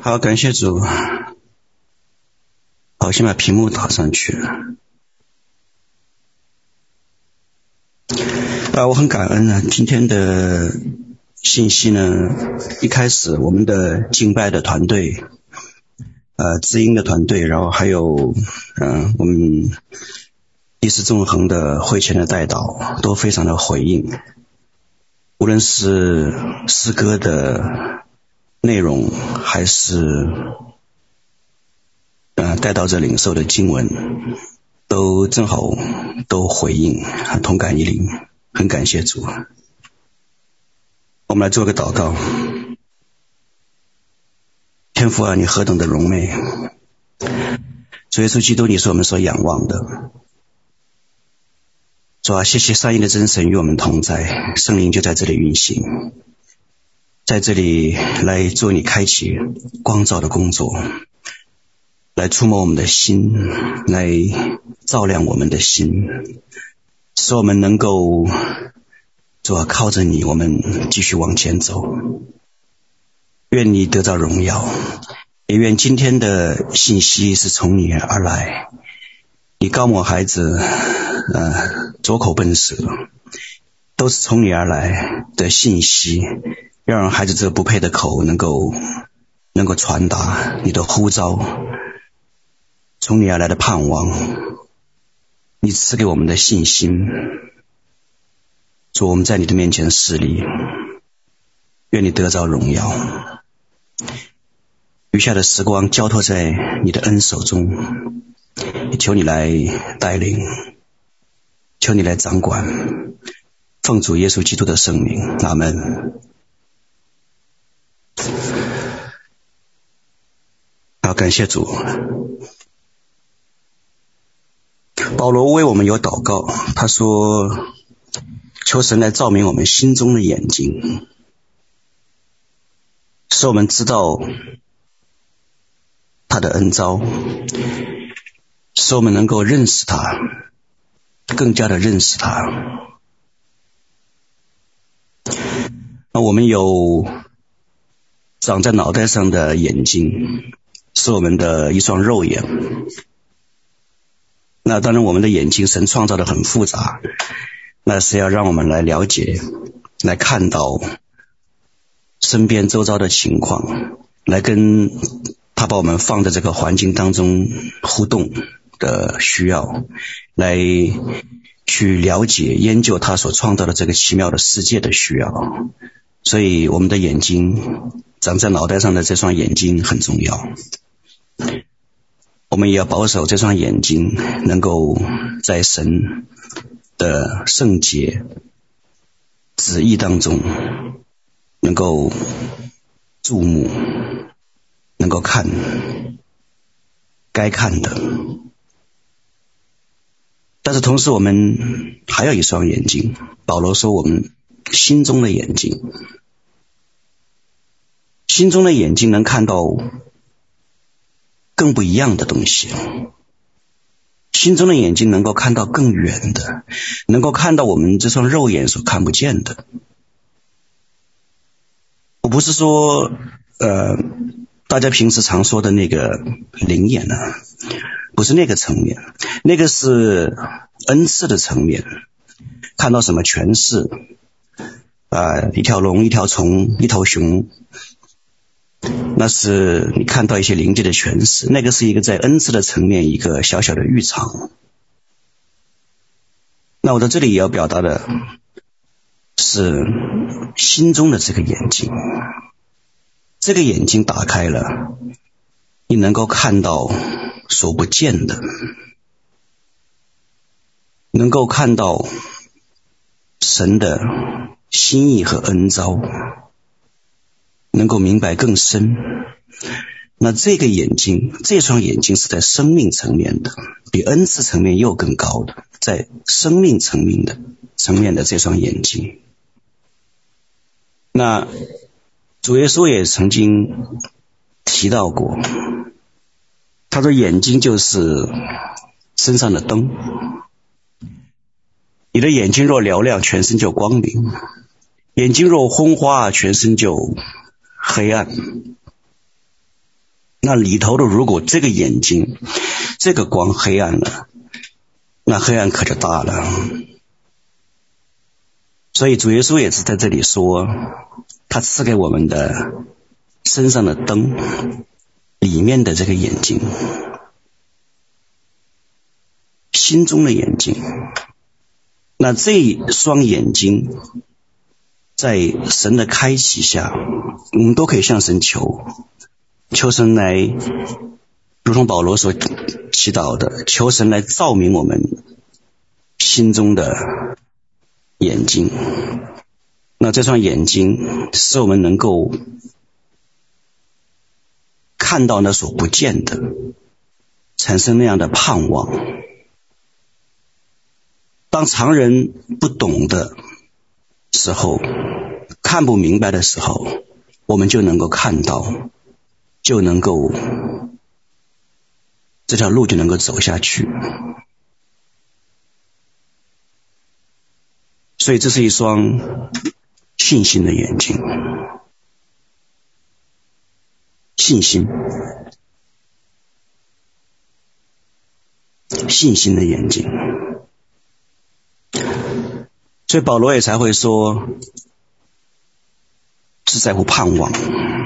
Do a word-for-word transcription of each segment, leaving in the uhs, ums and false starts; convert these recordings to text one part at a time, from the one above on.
好，感谢主。好，先把屏幕打上去。啊，我很感恩啊，今天的信息呢，一开始我们的敬拜的团队，呃，知音的团队，然后还有嗯、呃，我们第四纵横的会前的代祷都非常的回应，无论是诗歌的内容还是呃带到这领受的经文，都正好都回应，同感一灵，很感谢主。我们来做个祷告。天父啊，你何等的荣美，主耶稣基督，你是我们所仰望的。主啊，谢谢三一的真神与我们同在，圣灵就在这里运行，在这里来做你开启光照的工作，来触摸我们的心，来照亮我们的心，使我们能够主啊靠着你，我们继续往前走。愿你得到荣耀，也愿今天的信息是从你而来。你高抹孩子呃，左口笨舌，都是从你而来的信息，要让孩子这不配的口能够能够传达你的呼召，从你而来的盼望，你赐给我们的信心。主，我们在你的面前侍立，愿你得着荣耀。余下的时光交托在你的恩手中，求你来带领，求你来掌管，奉主耶稣基督的圣名，阿们。好，感谢主。保罗为我们有祷告，他说求神来照明我们心中的眼睛，使我们知道他的恩召，使我们能够认识他，更加的认识他。那我们有长在脑袋上的眼睛，是我们的一双肉眼。那当然我们的眼睛神创造的很复杂，那是要让我们来了解，来看到身边周遭的情况，来跟他把我们放在这个环境当中互动的需要，来去了解研究他所创造的这个奇妙的世界的需要。所以我们的眼睛，长在脑袋上的这双眼睛很重要，我们也要保守这双眼睛能够在神的圣洁旨意当中能够注目，能够看该看的。但是同时我们还有一双眼睛，保罗说我们心中的眼睛，心中的眼睛能看到更不一样的东西，心中的眼睛能够看到更远的，能够看到我们这双肉眼所看不见的。我不是说呃，大家平时常说的那个灵眼啊，不是那个层面，那个是恩赐的层面，看到什么权势啊、呃，一条龙，一条虫，一头熊，那是你看到一些灵界的权势，那个是一个在恩赐的层面一个小小的预尝。那我在这里也要表达的是心中的这个眼睛，这个眼睛打开了，你能够看到所不见的，能够看到神的心意和恩召，能够明白更深。那这个眼睛，这双眼睛是在生命层面的，比恩赐层面又更高的，在生命层面的层面的这双眼睛。那主耶稣也曾经提到过，他说眼睛就是身上的灯，你的眼睛若嘹亮，全身就光明；眼睛若昏花，全身就黑暗。 那里头的如果这个眼睛这个光黑暗了，那黑暗可就大了。所以主耶稣也是在这里说，他赐给我们的身上的灯里面的这个眼睛，心中的眼睛。那这双眼睛在神的开启下，我们都可以向神求，求神来，如同保罗所祈祷的，求神来照明我们心中的眼睛。那这双眼睛使我们能够看到那所不见的，产生那样的盼望。当常人不懂的时候，看不明白的时候，我们就能够看到，就能够这条路就能够走下去。所以这是一双信心的眼睛，信心信心的眼睛。所以保罗也才会说，是在乎盼望。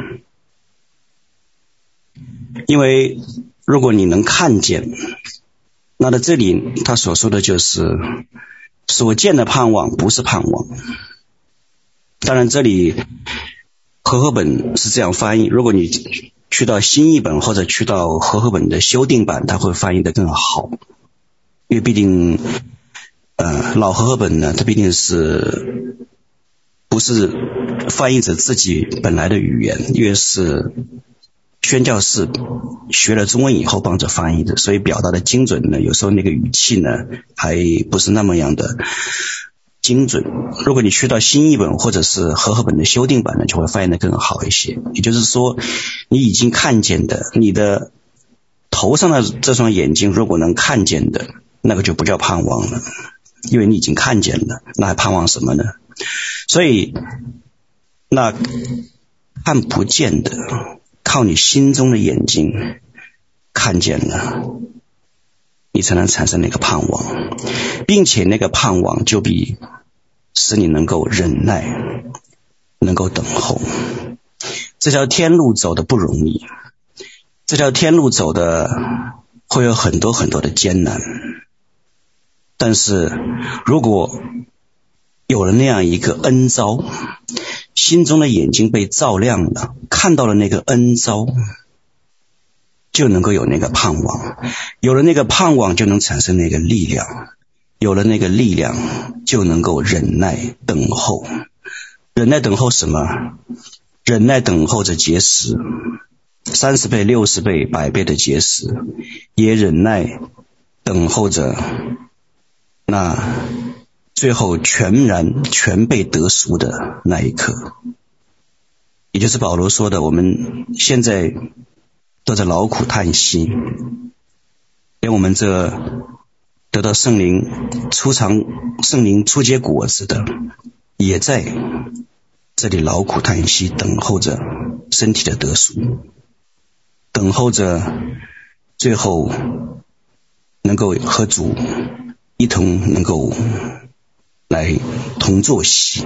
因为如果你能看见，那在这里他所说的就是所见的盼望不是盼望。当然这里和合本是这样翻译，如果你去到新译本或者去到和合本的修订版，它会翻译得更好。因为毕竟呃，老和合本呢，它毕竟是不是翻译者自己本来的语言，因为是宣教士学了中文以后帮着翻译的，所以表达的精准呢，有时候那个语气呢还不是那么样的精准。如果你去到新译本或者是和合本的修订版呢，就会翻译得更好一些。也就是说，你已经看见的，你的头上的这双眼睛如果能看见的，那个就不叫盼望了，因为你已经看见了，那还盼望什么呢？所以那看不见的，靠你心中的眼睛看见了，你才能产生那个盼望，并且那个盼望就比使你能够忍耐，能够等候。这条天路走的不容易，这条天路走的会有很多很多的艰难，但是如果有了那样一个恩召，心中的眼睛被照亮了，看到了那个恩召，就能够有那个盼望，有了那个盼望就能产生那个力量，有了那个力量就能够忍耐等候。忍耐等候什么？忍耐等候着结实，三十倍、六十倍、百倍的结实，也忍耐等候着那最后全然全被得赎的那一刻。也就是保罗说的，我们现在都在劳苦叹息，连我们这得到圣灵出尝圣灵出结果子的，也在这里劳苦叹息，等候着身体的得赎，等候着最后能够和主一同能够来同坐席，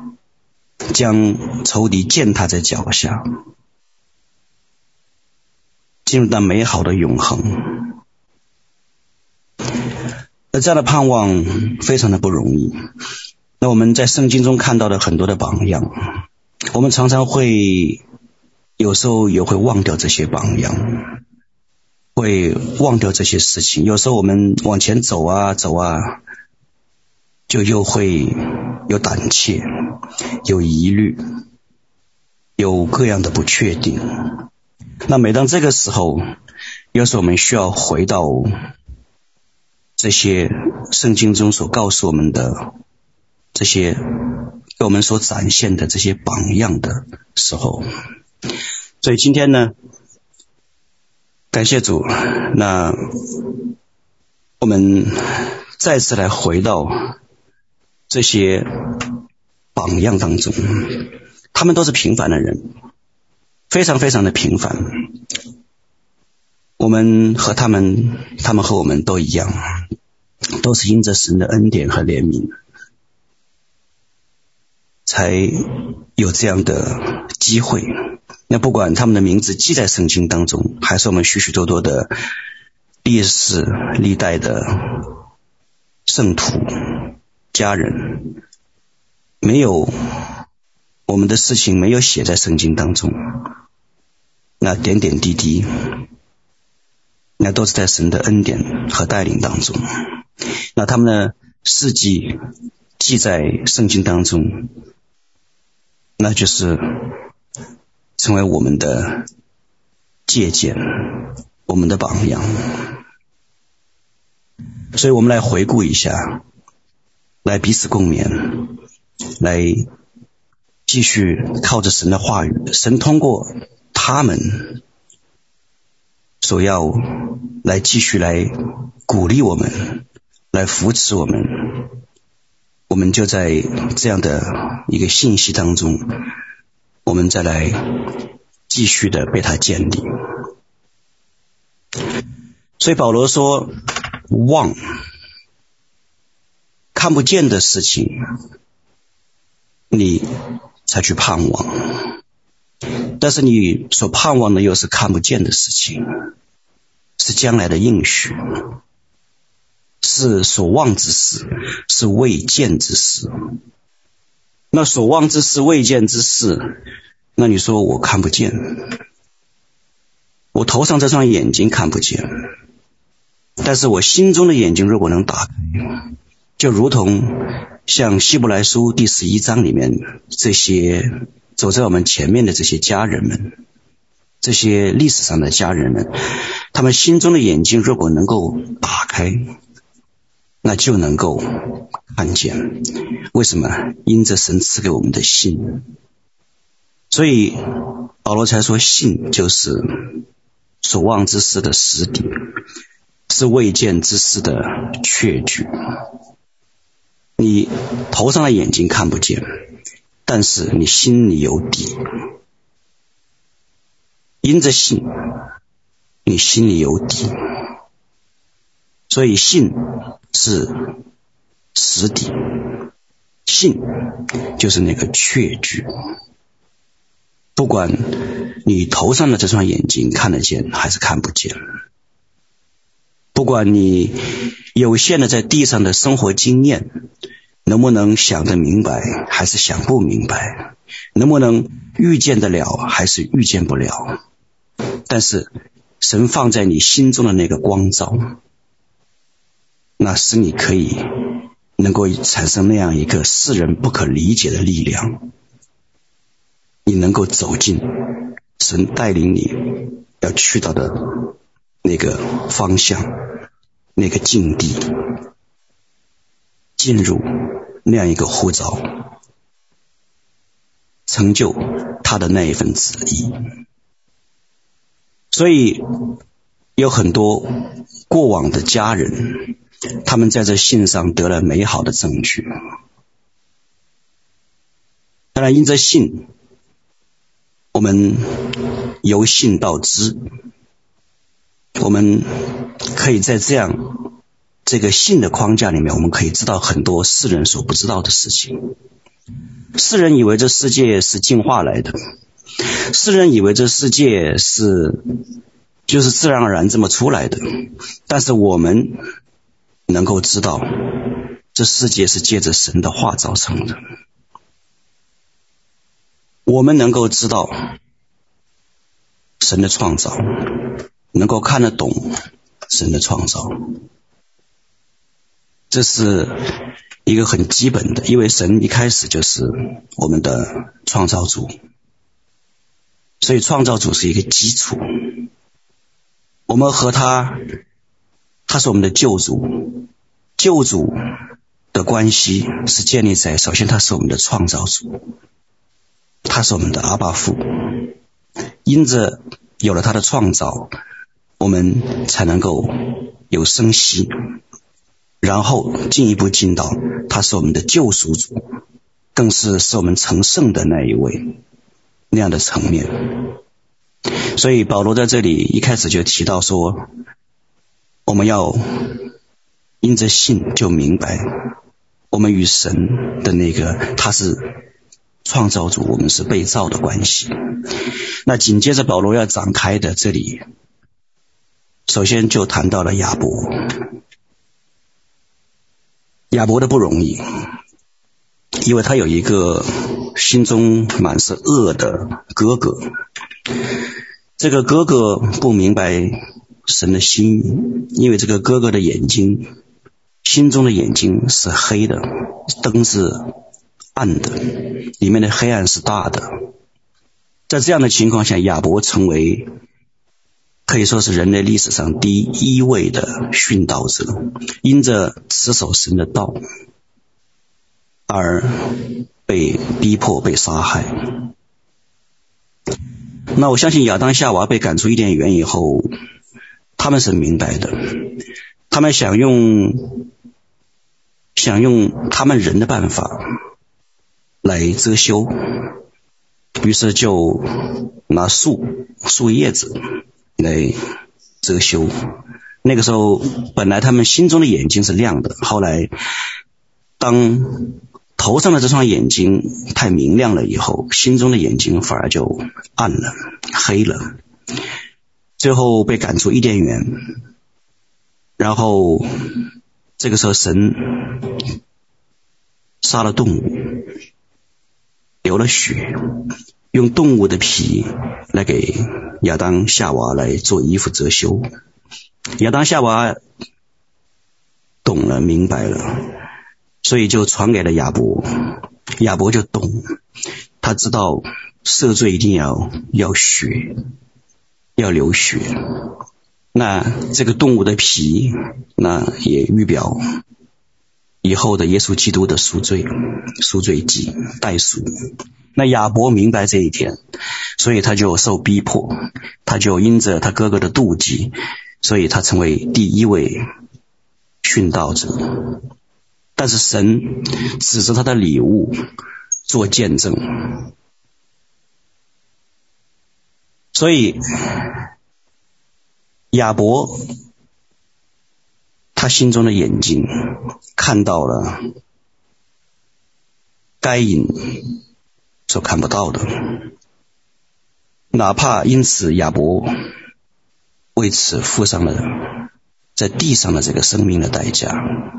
将仇敌践踏在脚下，进入到美好的永恒。而这样的盼望非常的不容易。那我们在圣经中看到了很多的榜样，我们常常会有时候也会忘掉这些榜样，会忘掉这些事情。有时候我们往前走啊走啊，就又会有胆怯，有疑虑，有各样的不确定。那每当这个时候，有时候我们需要回到这些圣经中所告诉我们的，这些给我们所展现的这些榜样的时候。所以今天呢，感谢主，那我们再次来回到这些榜样当中，他们都是平凡的人，非常非常的平凡， 我们和他们，他们和我们都一样，都是因着神的恩典和怜悯，才有这样的机会。那不管他们的名字记在圣经当中，还是我们许许多多的历史历代的圣徒家人，没有我们的事情没有写在圣经当中，那点点滴滴那都是在神的恩典和带领当中。那他们的事迹记在圣经当中，那就是成为我们的借鉴，我们的榜样。所以我们来回顾一下，来彼此共勉，来继续靠着神的话语，神通过他们所要来继续来鼓励我们，来扶持我们，我们就在这样的一个信息当中，我们再来继续的被他建立。所以保罗说，望看不见的事情你才去盼望，但是你所盼望的又是看不见的事情，是将来的应许，是所望之事，是未见之事。那所望之事未见之事，那你说我看不见，我头上这双眼睛看不见，但是我心中的眼睛如果能打开，就如同像希伯来书第十一章里面这些走在我们前面的这些家人们，这些历史上的家人们，他们心中的眼睛如果能够打开，那就能够看见。为什么？因着神赐给我们的信。所以保罗才说，信就是所望之事的实底，是未见之事的确据。你头上的眼睛看不见，但是你心里有底，因着信你心里有底。所以信是实底，信就是那个确据。不管你头上的这双眼睛看得见还是看不见，不管你有限的在地上的生活经验能不能想得明白还是想不明白，能不能预见得了还是预见不了，但是神放在你心中的那个光照，那使你可以能够产生那样一个世人不可理解的力量，你能够走进神带领你要去到的那个方向，那个境地，进入那样一个呼召，成就他的那一份旨意。所以有很多过往的家人，他们在这信上得了美好的证据。当然因着信，我们由信到知，我们可以在这样这个信的框架里面，我们可以知道很多世人所不知道的事情。世人以为这世界是进化来的，世人以为这世界是就是自然而然这么出来的，但是我们能够知道这世界是借着神的话造成的，我们能够知道神的创造，能够看得懂神的创造，这是一个很基本的，因为神一开始就是我们的创造主，所以创造主是一个基础。我们和他，他是我们的救主，救主的关系是建立在，首先他是我们的创造主，他是我们的阿爸父，因着有了他的创造，我们才能够有生息，然后进一步进到他是我们的救赎主，更是使我们成圣的那一位那样的层面。 所以保罗在这里一开始就提到说，我们要因着信就明白我们与神的那个他是创造主，我们是被造的关系。那紧接着保罗要展开的这里首先就谈到了亚伯。亚伯的不容易，因为他有一个心中满是恶的哥哥，这个哥哥不明白神的心意，因为这个哥哥的眼睛，心中的眼睛是黑的，灯是暗的，里面的黑暗是大的。在这样的情况下，亚伯成为可以说是人类历史上第一位的殉道者，因着持守神的道而被逼迫被杀害。那我相信亚当夏娃被赶出伊甸园以后，他们是明白的，他们想用想用他们人的办法来遮羞，于是就拿树树叶子来遮羞。那个时候本来他们心中的眼睛是亮的，后来当头上的这双眼睛太明亮了以后，心中的眼睛反而就暗了黑了，最后被赶出伊甸园。然后这个时候神杀了动物，流了血，用动物的皮来给亚当夏娃来做衣服遮羞。亚当夏娃懂了明白了，所以就传给了亚伯，亚伯就懂，他知道赦罪一定要要血，要流血。那这个动物的皮，那也预表以后的耶稣基督的赎罪赎罪祭代赎。那亚伯明白这一点，所以他就受逼迫，他就因着他哥哥的妒忌，所以他成为第一位殉道者。但是神指着他的礼物做见证，所以亚伯他心中的眼睛看到了该隐所看不到的，哪怕因此亚伯为此付上了在地上的这个生命的代价，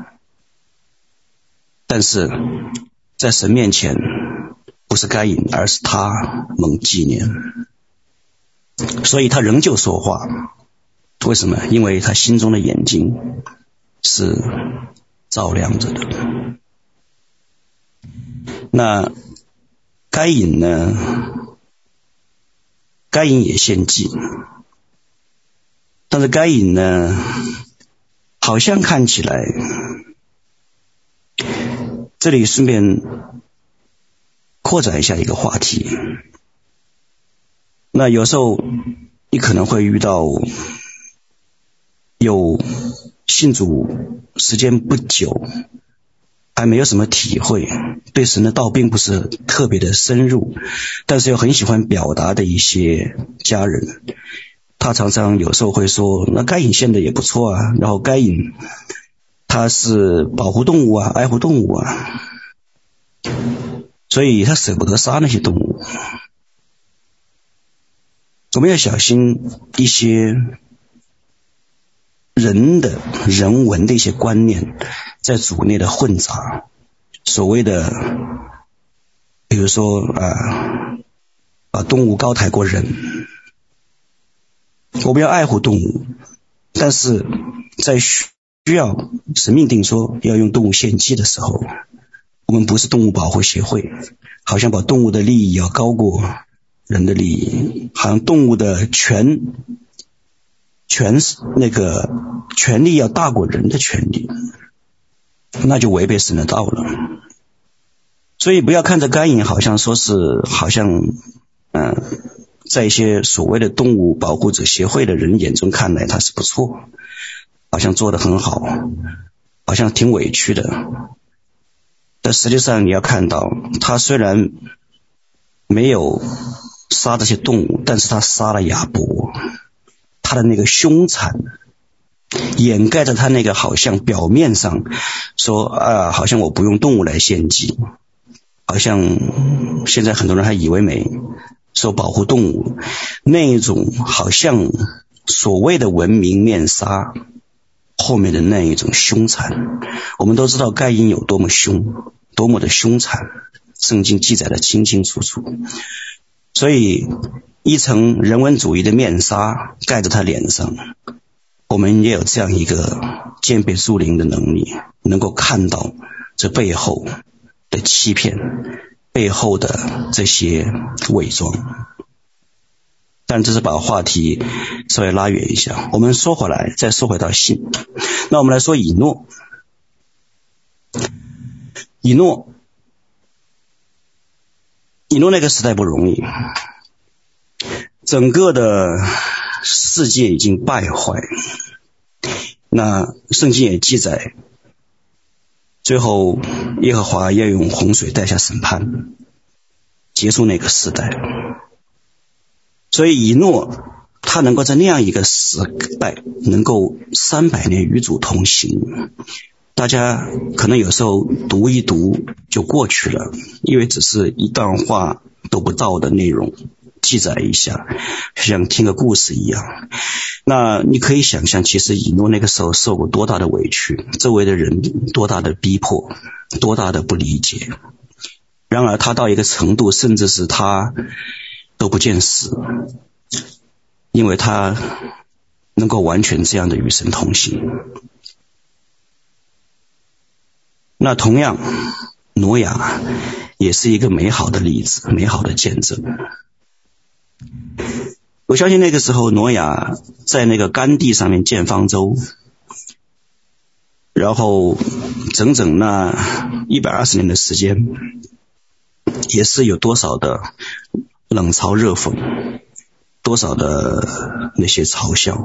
但是在神面前不是该隐，而是他蒙纪念，所以他仍旧说话。为什么？因为他心中的眼睛是照亮着的。那该隐呢？该隐也献祭，但是该隐呢，好像看起来，这里顺便扩展一下一个话题。那有时候你可能会遇到有信主时间不久，还没有什么体会，对神的道并不是特别的深入，但是又很喜欢表达的一些家人，他常常有时候会说，那该隐献的也不错啊，然后该隐他是保护动物啊，爱护动物啊，所以他舍不得杀那些动物。我们要小心一些人的人文的一些观念在主内的混杂，所谓的比如说啊，把动物高抬过人，我们要爱护动物，但是在需要神命定说要用动物献祭的时候，我们不是动物保护协会，好像把动物的利益要高过人的利益，好像动物的权权那个权利要大过人的权利，那就违背神的道了。所以不要看着该隐好像说是好像嗯、呃，在一些所谓的动物保护者协会的人眼中看来他是不错，好像做得很好，好像挺委屈的，但实际上你要看到他虽然没有杀这些动物，但是他杀了亚伯，他的那个凶残掩盖着他那个好像表面上说啊，好像我不用动物来献祭，好像现在很多人还以为没说保护动物，那一种好像所谓的文明面纱后面的那一种凶残。我们都知道该隐有多么凶，多么的凶残，圣经记载的清清楚楚。所以一层人文主义的面纱盖在他脸上，我们也有这样一个鉴别诸灵的能力，能够看到这背后的欺骗，背后的这些伪装。但这是把话题稍微拉远一下，我们说回来，再说回到信。那我们来说以诺。以诺以诺那个时代不容易，整个的世界已经败坏，那圣经也记载，最后耶和华要用洪水带下审判，结束那个时代。所以以诺他能够在那样一个时代能够三百年与主同行，大家可能有时候读一读就过去了，因为只是一段话都不到的内容，记载一下，像听个故事一样。那你可以想象，其实以诺那个时候受过多大的委屈，周围的人多大的逼迫，多大的不理解。然而他到一个程度，甚至是他都不见死，因为他能够完全这样的与神同行。那同样挪亚也是一个美好的例子，美好的见证。我相信那个时候挪亚在那个干地上面建方舟，然后整整那一百二十年的时间，也是有多少的冷嘲热讽，多少的那些嘲笑。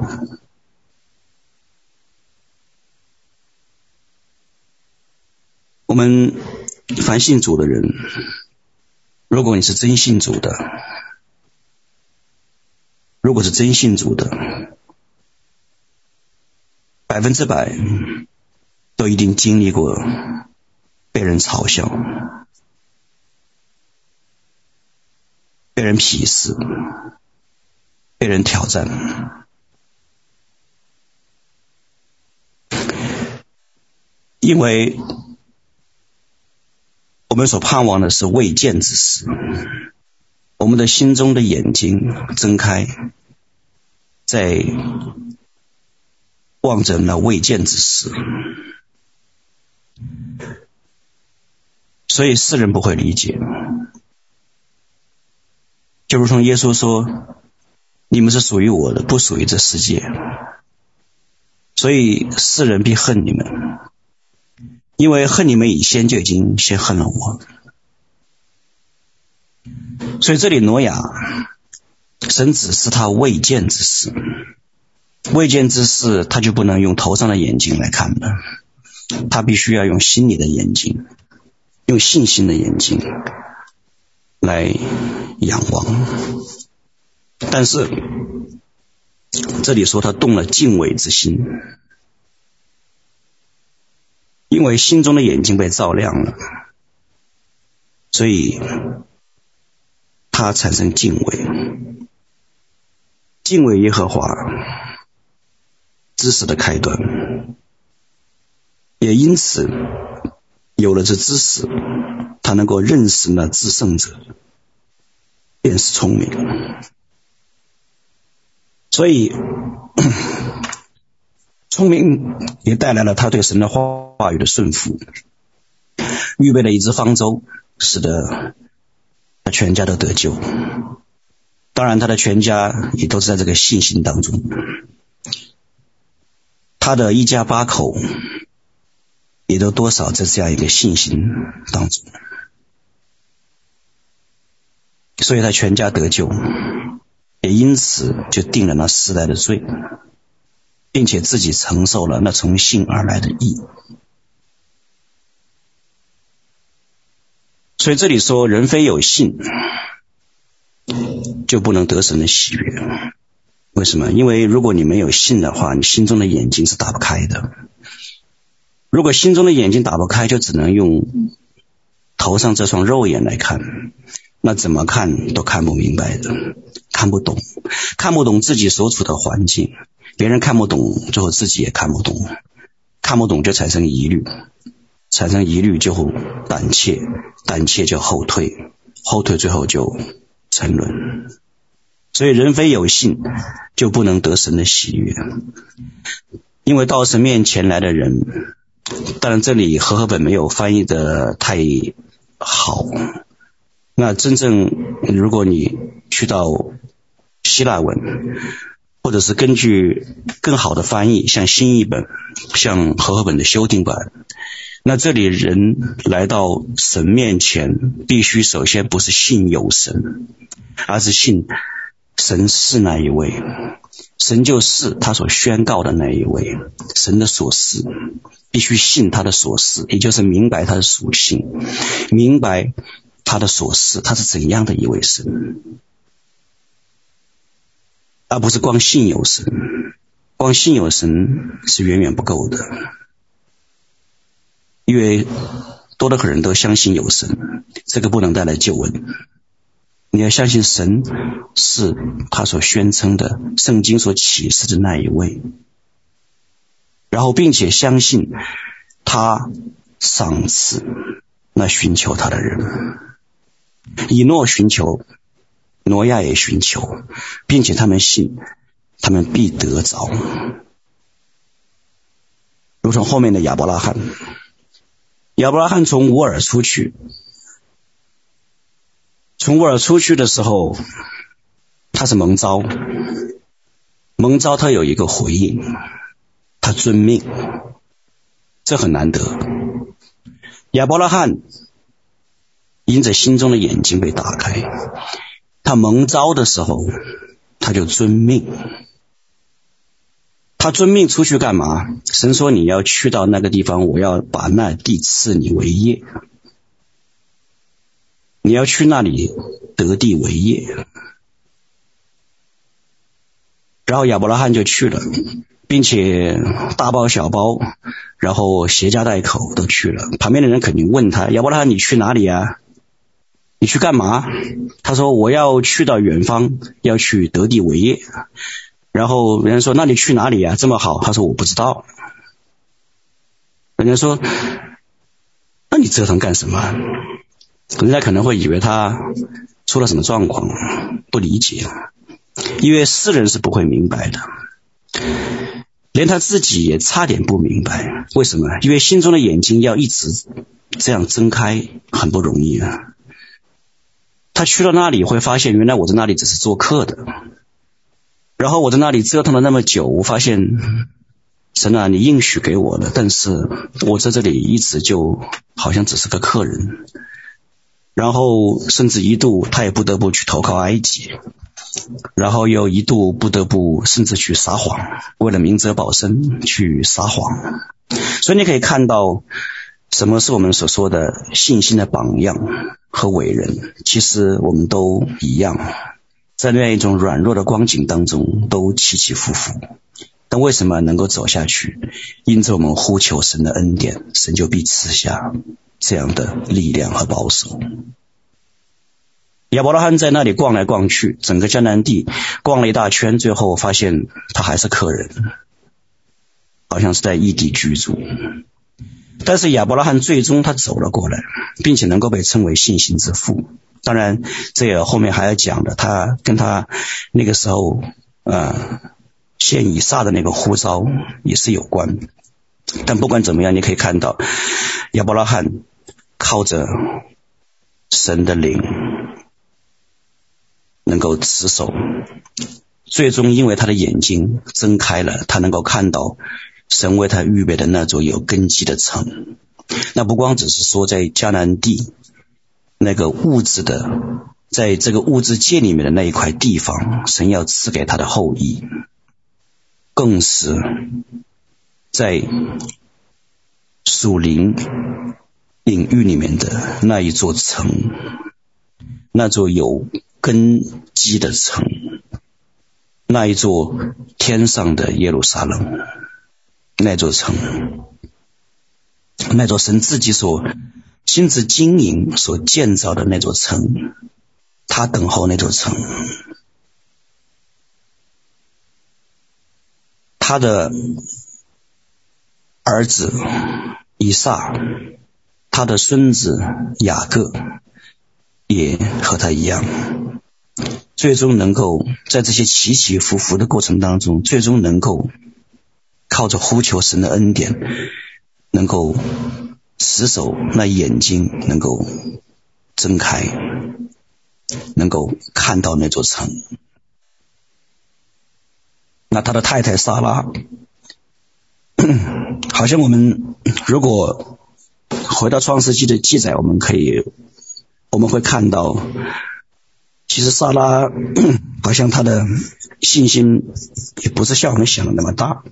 我们凡信主的人，如果你是真信主的，如果是真信主的，百分之百都一定经历过被人嘲笑，被人鄙视，被人挑战。因为我们所盼望的是未见之事，我们的心中的眼睛睁开，在望着那未见之事，所以世人不会理解。就如同耶稣说，你们是属于我的，不属于这世界，所以世人必恨你们，因为恨你们以先就已经先恨了我。所以这里挪亚，神指示他未见之事，未见之事他就不能用头上的眼睛来看了，他必须要用心里的眼睛，用信心的眼睛来仰望。但是这里说他动了敬畏之心，因为心中的眼睛被照亮了，所以他产生敬畏，敬畏耶和华，知识的开端，也因此有了这知识，他能够认识那至圣者，便是聪明。所以聪明也带来了他对神的话语的顺服，预备了一只方舟，使得他全家都得救。当然他的全家也都是在这个信心当中，他的一家八口也都多少在这样一个信心当中，所以他全家得救，也因此就定了那世代的罪，并且自己承受了那从信而来的义。所以这里说人非有信， 就不能得神的喜悦。为什么？因为如果你没有信的话，你心中的眼睛是打不开的。如果心中的眼睛打不开，就只能用头上这双肉眼来看，那怎么看都看不明白的，看不懂，看不懂自己所处的环境，别人看不懂，最后自己也看不懂，看不懂就产生疑虑，产生疑虑就胆怯，胆怯就后退，后退最后就沉沦。所以人非有信就不能得神的喜悦。因为到神面前来的人，当然这里和合本没有翻译的太好，那真正如果你去到希腊文，或者是根据更好的翻译，像新译本，像和合本的修订版，那这里人来到神面前，必须首先不是信有神，而是信神是那一位，神就是他所宣告的那一位，神的所是，必须信他的所是，也就是明白他的属性，明白他的所是，他是怎样的一位神，而不是光信有神。光信有神是远远不够的，因为多的人都相信有神，这个不能带来救恩。你要相信神是他所宣称的圣经所启示的那一位，然后并且相信他赏赐那寻求他的人。以诺寻求，挪亚也寻求，并且他们信，他们必得着。如同后面的亚伯拉罕，亚伯拉罕从乌尔出去，从乌尔出去的时候，他是蒙召，蒙召他有一个回应，他遵命，这很难得。亚伯拉罕因着心中的眼睛被打开，他蒙召的时候他就遵命。他遵命出去干嘛？神说你要去到那个地方，我要把那地赐你为业，你要去那里得地为业。然后亚伯拉罕就去了，并且大包小包，然后携家带口都去了。旁边的人肯定问他，亚伯拉罕你去哪里啊？你去干嘛？他说我要去到远方，要去得地为业。然后人家说那你去哪里啊？这么好？他说我不知道。人家说那你折腾干什么？人家可能会以为他出了什么状况，不理解，因为世人是不会明白的，连他自己也差点不明白。为什么？因为心中的眼睛要一直这样睁开很不容易啊。他去到那里会发现，原来我在那里只是做客的，然后我在那里折腾了那么久，我发现神啊，你应许给我了，但是我在这里一直就好像只是个客人。然后甚至一度他也不得不去投靠埃及，然后又一度不得不甚至去撒谎，为了明哲保身去撒谎。所以你可以看到什么是我们所说的信心的榜样和伟人，其实我们都一样，在那样一种软弱的光景当中都起起伏伏，但为什么能够走下去？因着我们呼求神的恩典，神就必赐下这样的力量和保守。亚伯拉罕在那里逛来逛去，整个迦南地逛了一大圈，最后发现他还是客人，好像是在异地居住。但是亚伯拉罕最终他走了过来，并且能够被称为信心之父。当然这也后面还要讲的，他跟他那个时候呃献以撒的那个呼召也是有关。但不管怎么样，你可以看到亚伯拉罕靠着神的灵能够持守，最终因为他的眼睛睁开了，他能够看到神为他预备的那座有根基的城。那不光只是说在迦南地那个物质的，在这个物质界里面的那一块地方，神要赐给他的后裔，更是在属灵领域里面的那一座城，那座有根基的城，那一座天上的耶路撒冷，那座城，那座神自己所亲自经营所建造的那座城，他等候那座城，他的儿子以撒，他的孙子雅各也和他一样，最终能够在这些起起伏伏的过程当中，最终能够靠着呼求神的恩典，能够死守那眼睛，能够睁开，能够看到那座城。那他的太太撒拉，好像我们如果回到创世纪的记载，我们可以我们会看到，其实撒拉好像他的信心也不是像我们想的那么大。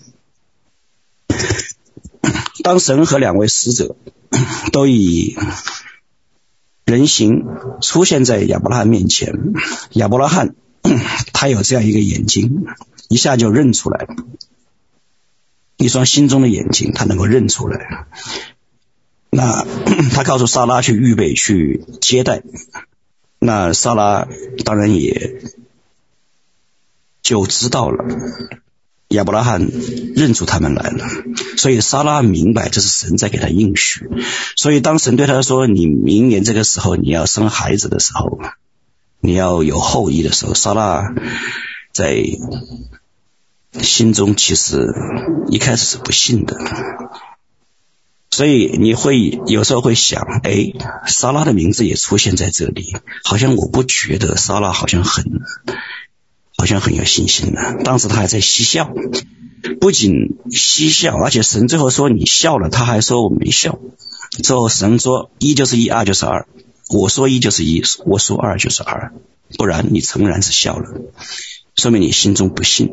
当神和两位使者都以人形出现在亚伯拉罕面前，亚伯拉罕他有这样一个眼睛，一下就认出来，一双心中的眼睛他能够认出来。那他告诉撒拉去预备去接待，那撒拉当然也就知道了亚伯拉罕认出他们来了，所以撒拉明白这是神在给他应许。所以当神对他说你明年这个时候你要生孩子的时候，你要有后裔的时候，撒拉在心中其实一开始是不信的。所以你会有时候会想，诶，撒拉的名字也出现在这里，好像我不觉得撒拉好像很好像很有信心的。当时他还在嬉笑，不仅嬉笑，而且神最后说你笑了，他还说我没笑。之后神说一就是一，二就是二，我说一就是一，我说二就是二，不然你诚然是笑了，说明你心中不信。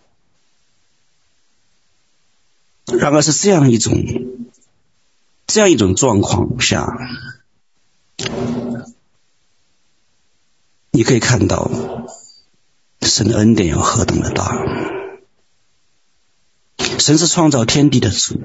然而是这样一种这样一种状况下，你可以看到神的恩典有何等的大。神是创造天地的主，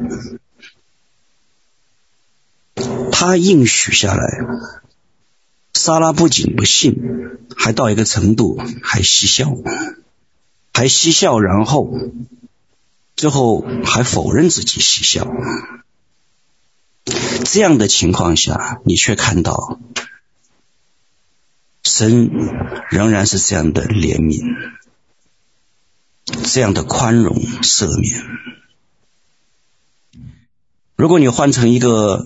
他应许下来，撒拉不仅不信，还到一个程度还嬉笑，还嬉笑，然后最后还否认自己嬉笑。这样的情况下，你却看到神仍然是这样的怜悯，这样的宽容赦免。如果你换成一个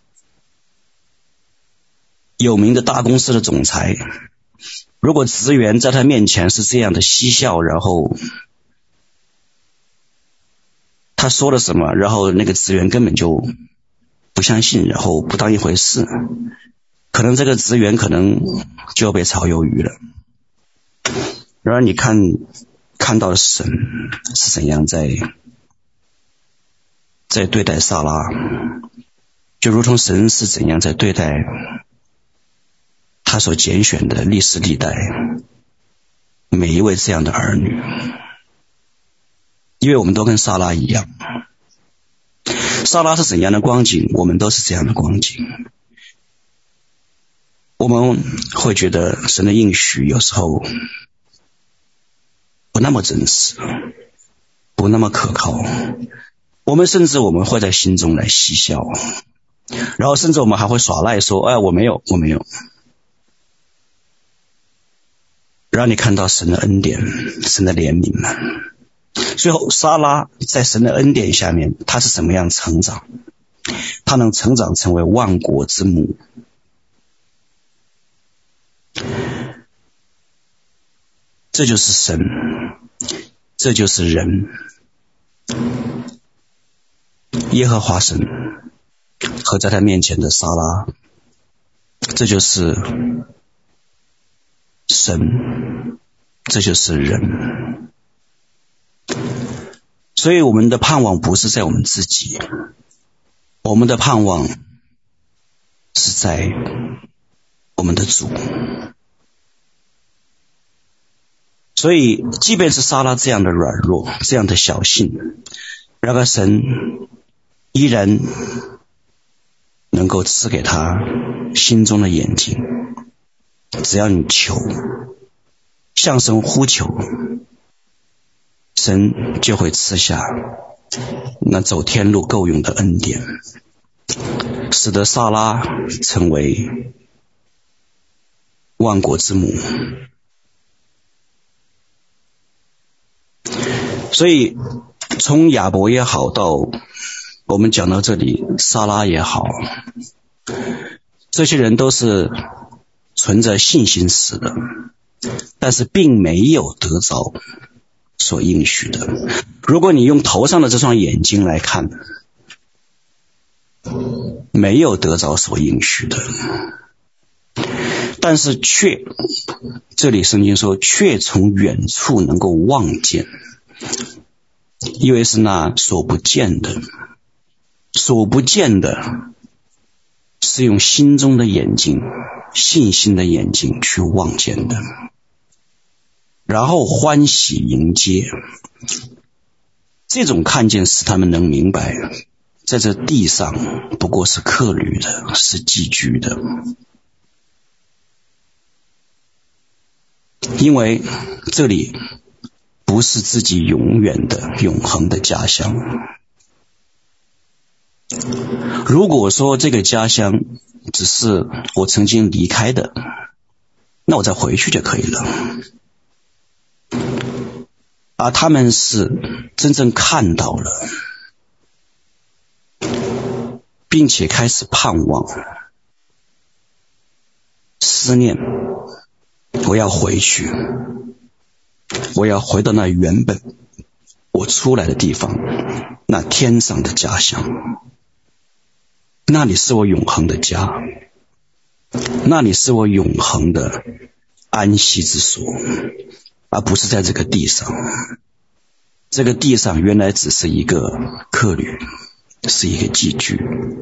有名的大公司的总裁，如果职员在他面前是这样的嬉笑，然后他说了什么，然后那个职员根本就不相信，然后不当一回事，可能这个职员可能就要被炒鱿鱼了。然而你看看到神是怎样在在对待撒拉，就如同神是怎样在对待他所拣选的历史历代每一位这样的儿女。因为我们都跟撒拉一样，撒拉是怎样的光景，我们都是这样的光景。我们会觉得神的应许有时候不那么真实，不那么可靠，我们甚至我们会在心中来嬉笑，然后甚至我们还会耍赖说，哎，我没有我没有。让你看到神的恩典，神的怜悯呢。最后撒拉在神的恩典下面，他是怎么样成长？他能成长成为万国之母。这就是神，这就是人。耶和华神和在他面前的撒拉，这就是神，这就是人。所以我们的盼望不是在我们自己，我们的盼望是在我们的主。 所以即便是撒拉这样的软弱，这样的小性，然而神依然能够赐给他心中的眼睛，只要你求，向神呼求，神就会赐下那走天路够用的恩典，使得撒拉成为万国之母。所以从亚伯也好，到我们讲到这里撒拉也好，这些人都是存着信心死的，但是并没有得着所应许的。如果你用头上的这双眼睛来看，没有得着所应许的，但是却，这里圣经说却从远处能够望见，因为是那所不见的，所不见的是用心中的眼睛，信心的眼睛去望见的，然后欢喜迎接。这种看见使他们能明白，在这地上不过是客旅的，是寄居的。因为这里不是自己永远的永恒的家乡。如果说这个家乡只是我曾经离开的，那我再回去就可以了。而他们是真正看到了，并且开始盼望、思念，我要回去，我要回到那原本我出来的地方，那天上的家乡，那里是我永恒的家，那里是我永恒的安息之所，而不是在这个地上。这个地上原来只是一个客旅，是一个寄居。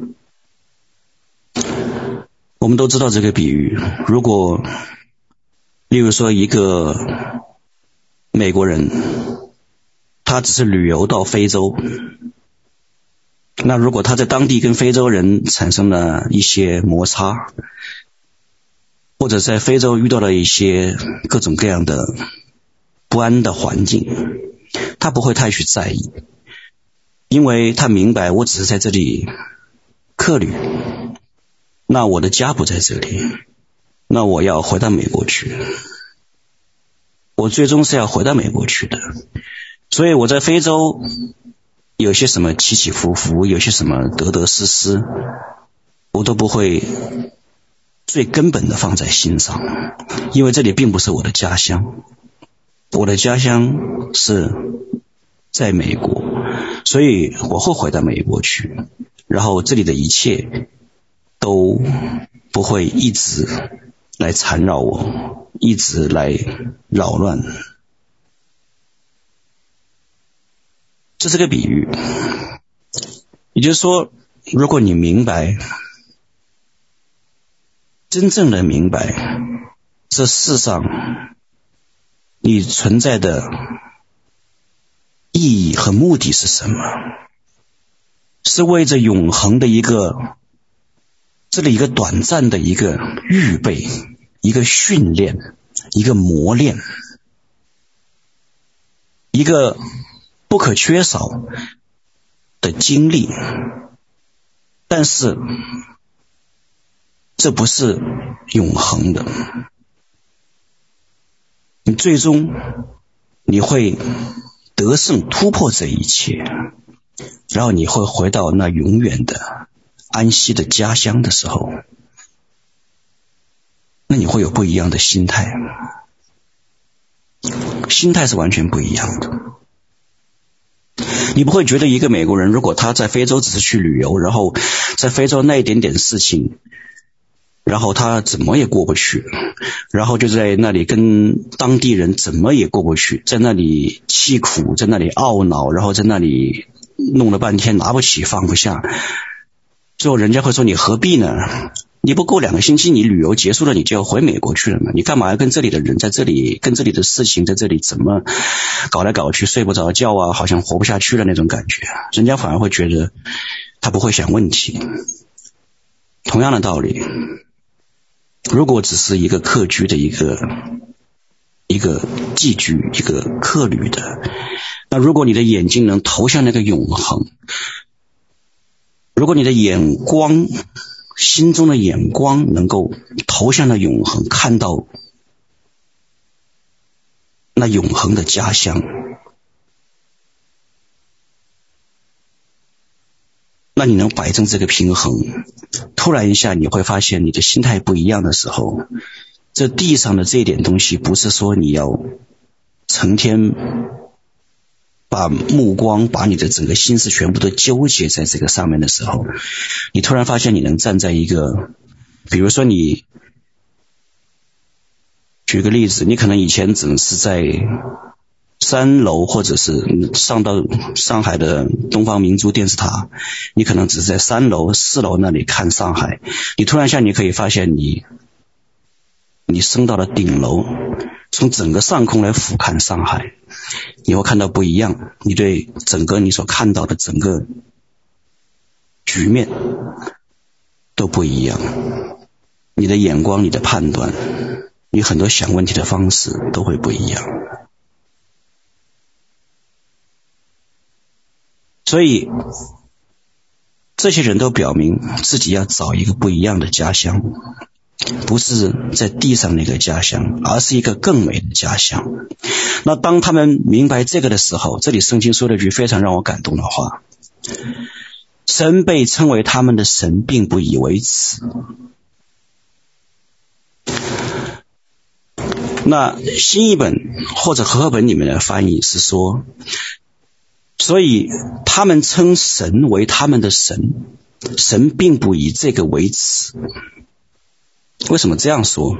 我们都知道这个比喻，如果例如说一个美国人，他只是旅游到非洲，那如果他在当地跟非洲人产生了一些摩擦，或者在非洲遇到了一些各种各样的不安的环境，他不会太去在意，因为他明白我只是在这里客旅，那我的家不在这里，那我要回到美国去，我最终是要回到美国去的。所以我在非洲有些什么起起伏伏，有些什么得得失失，我都不会最根本的放在心上，因为这里并不是我的家乡，我的家乡是在美国，所以我会回到美国去，然后这里的一切都不会一直来缠绕我，一直来扰乱。这是个比喻，也就是说，如果你明白，真正的明白这世上你存在的意义和目的是什么，是为着永恒的一个这里一个短暂的一个预备，一个训练，一个磨练，一个不可缺少的经历，但是这不是永恒的。你最终你会得胜突破这一切，然后你会回到那永远的安息的家乡的时候，那你会有不一样的心态，心态是完全不一样的。你不会觉得一个美国人如果他在非洲只是去旅游，然后在非洲那一点点事情，然后他怎么也过不去，然后就在那里跟当地人怎么也过不去，在那里凄苦，在那里懊恼，然后在那里弄了半天拿不起放不下，最后人家会说你何必呢？ 你不过两个星期，你旅游结束了，你就要回美国去了嘛？你干嘛要跟这里的人在这里，跟这里的事情在这里怎么搞来搞去，睡不着觉啊，好像活不下去了那种感觉，人家反而会觉得他不会想问题。同样的道理，如果只是一个客居的一个一个寄居一个客旅的，那如果你的眼睛能投向那个永恒，如果你的眼光心中的眼光能够投向那永恒，看到那永恒的家乡，那你能摆正这个平衡，突然一下你会发现你的心态不一样的时候，这地上的这一点东西不是说你要成天把目光把你的整个心思全部都纠结在这个上面的时候，你突然发现你能站在一个，比如说你举个例子，你可能以前只是在三楼或者是上到上海的东方明珠电视塔，你可能只是在三楼四楼那里看上海，你突然下你可以发现你你升到了顶楼，从整个上空来俯瞰上海，你会看到不一样，你对整个你所看到的整个局面都不一样，你的眼光你的判断你很多想问题的方式都会不一样。所以这些人都表明自己要找一个不一样的家乡，不是在地上那个家乡，而是一个更美的家乡。那当他们明白这个的时候，这里圣经说了一句非常让我感动的话，神被称为他们的神，并不以为耻。那新译本或者和合本里面的翻译是说，所以他们称神为他们的神，神并不以这个为耻。为什么这样说？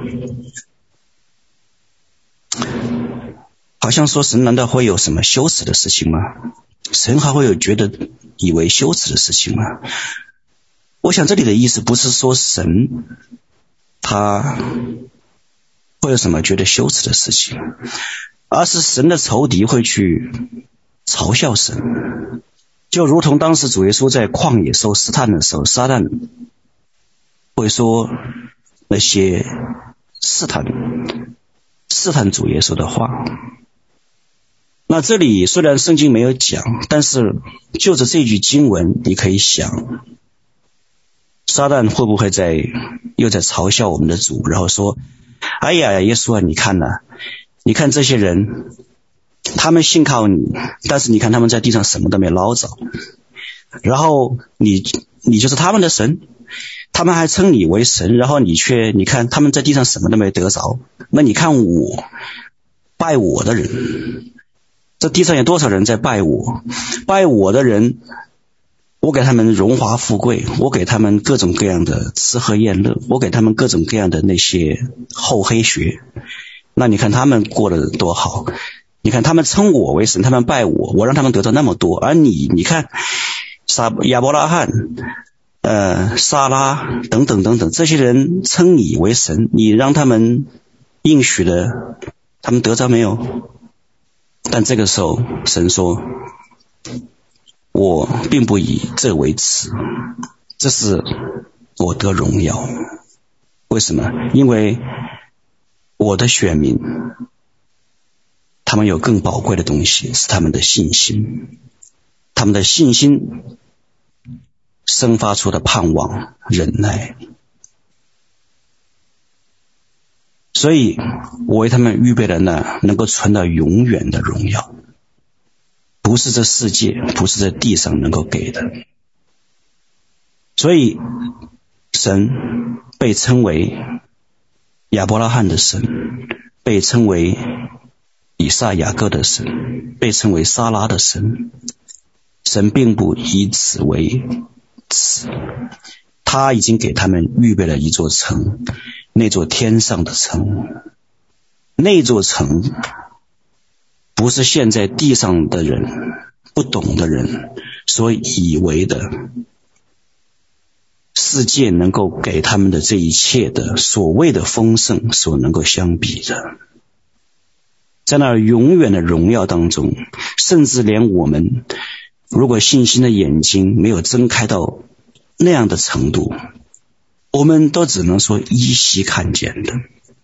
好像说神难道会有什么羞耻的事情吗？神还会有觉得以为羞耻的事情吗？我想这里的意思不是说神他会有什么觉得羞耻的事情，而是神的仇敌会去嘲笑神，就如同当时主耶稣在旷野受试探的时候，撒旦会说那些试探试探主耶稣的话。那这里虽然圣经没有讲，但是就着这句经文你可以想，撒旦会不会在又在嘲笑我们的主，然后说，哎呀耶稣啊，你看啊，你看这些人他们信靠你，但是你看他们在地上什么都没捞着，然后你你就是他们的神，他们还称你为神，然后你却你看他们在地上什么都没得着，那你看我拜我的人，这地上有多少人在拜我？拜我的人，我给他们荣华富贵，我给他们各种各样的吃喝宴乐，我给他们各种各样的那些厚黑学，那你看他们过得多好，你看他们称我为神，他们拜我，我让他们得到那么多，而你你看撒亚伯拉罕呃撒拉等等等等，这些人称你为神，你让他们应许的他们得着没有？但这个时候神说，我并不以这为耻，这是我得荣耀。为什么？因为我的选民他们有更宝贵的东西，是他们的信心，他们的信心生发出的盼望忍耐，所以我为他们预备了那能够存到永远的荣耀，不是这世界，不是这地上能够给的。所以神被称为亚伯拉罕的神，被称为以撒雅各的神，被称为撒拉的神。神并不以此为耻，他已经给他们预备了一座城，那座天上的城，那座城不是现在地上的人不懂的人所以为的世界能够给他们的这一切的所谓的丰盛所能够相比的。在那永远的荣耀当中，甚至连我们如果信心的眼睛没有睁开到那样的程度，我们都只能说依稀看见的。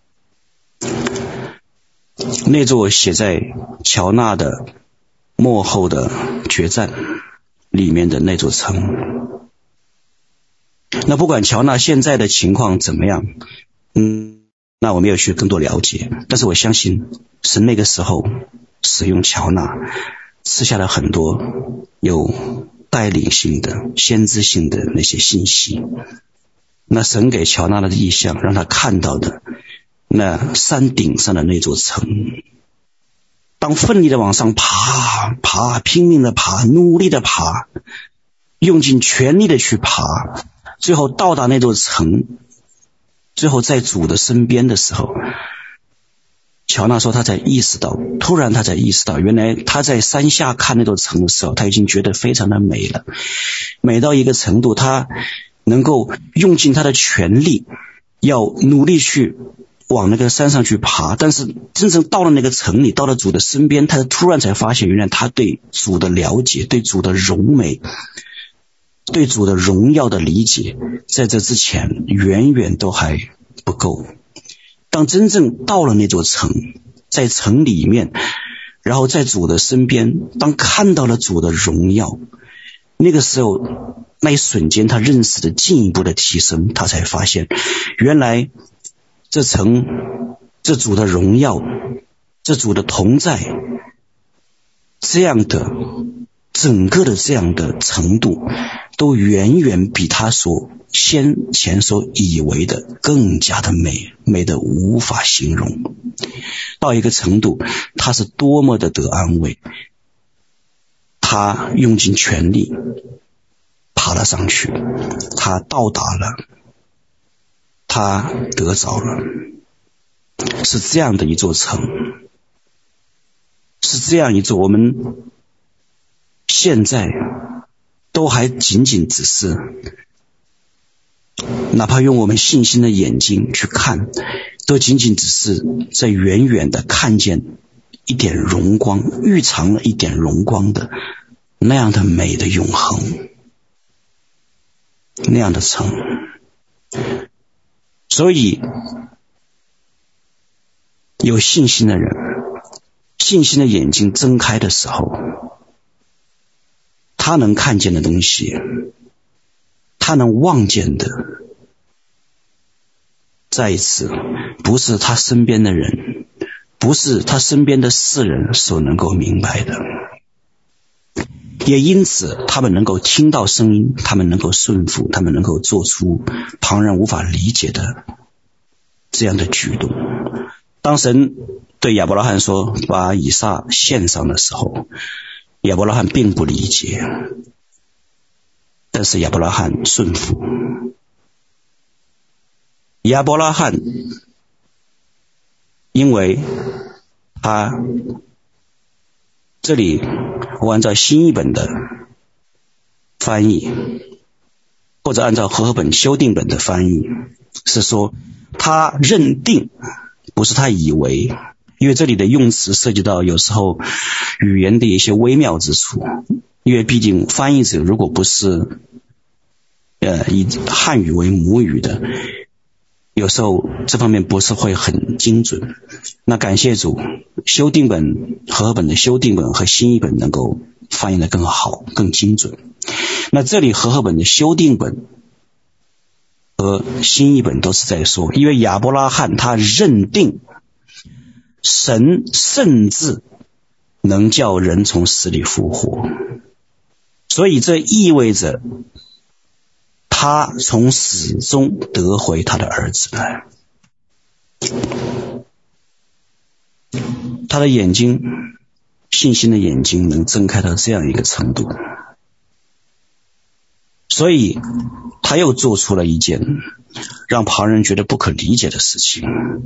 那座写在乔纳的末后的决战里面的那座城，那不管乔纳现在的情况怎么样，嗯，那我没有去更多了解，但是我相信是那个时候使用乔纳赐下了很多有带领性的先知性的那些信息。那神给乔纳的意象，让他看到的那山顶上的那座城，当奋力的往上爬爬，拼命的爬，努力的爬，用尽全力的去爬，最后到达那座城，最后在主的身边的时候，乔纳说他才意识到，突然他才意识到，原来他在山下看那座城的时候，他已经觉得非常的美了，美到一个程度，他能够用尽他的全力，要努力去往那个山上去爬，但是真正到了那个城里，到了主的身边，他突然才发现，原来他对主的了解，对主的荣美，对主的荣耀的理解，在这之前远远都还不够。当真正到了那座城，在城里面，然后在主的身边，当看到了主的荣耀，那个时候那一瞬间他认识的进一步的提升，他才发现原来这城，这主的荣耀，这主的同在，这样的整个的这样的程度，都远远比他所先前所以为的更加的美，美得无法形容。到一个程度，他是多么的得安慰，他用尽全力爬了上去，他到达了，他得着了，是这样的一座城，是这样一座我们现在都还仅仅只是，哪怕用我们信心的眼睛去看，都仅仅只是在远远的看见一点荣光，蕴藏了一点荣光的那样的美的永恒，那样的城。所以有信心的人，信心的眼睛睁开的时候，他能看见的东西，他能望见的，再一次不是他身边的人，不是他身边的世人所能够明白的。也因此他们能够听到声音，他们能够顺服，他们能够做出旁人无法理解的这样的举动。当神对亚伯拉罕说把以撒献上的时候，亚伯拉罕并不理解，但是亚伯拉罕顺服。亚伯拉罕因为他这里我按照新译本的翻译，或者按照和合本修订本的翻译，是说他认定，不是他以为，因为这里的用词涉及到有时候语言的一些微妙之处，因为毕竟翻译者如果不是呃以汉语为母语的，有时候这方面不是会很精准。那感谢主，修订本和合本的修订本和新译本能够翻译得更好更精准。那这里和合本的修订本和新译本都是在说，因为亚伯拉罕他认定神甚至能叫人从死里复活，所以这意味着他从死中得回他的儿子来。他的眼睛，信心的眼睛能睁开到这样一个程度，所以他又做出了一件让旁人觉得不可理解的事情。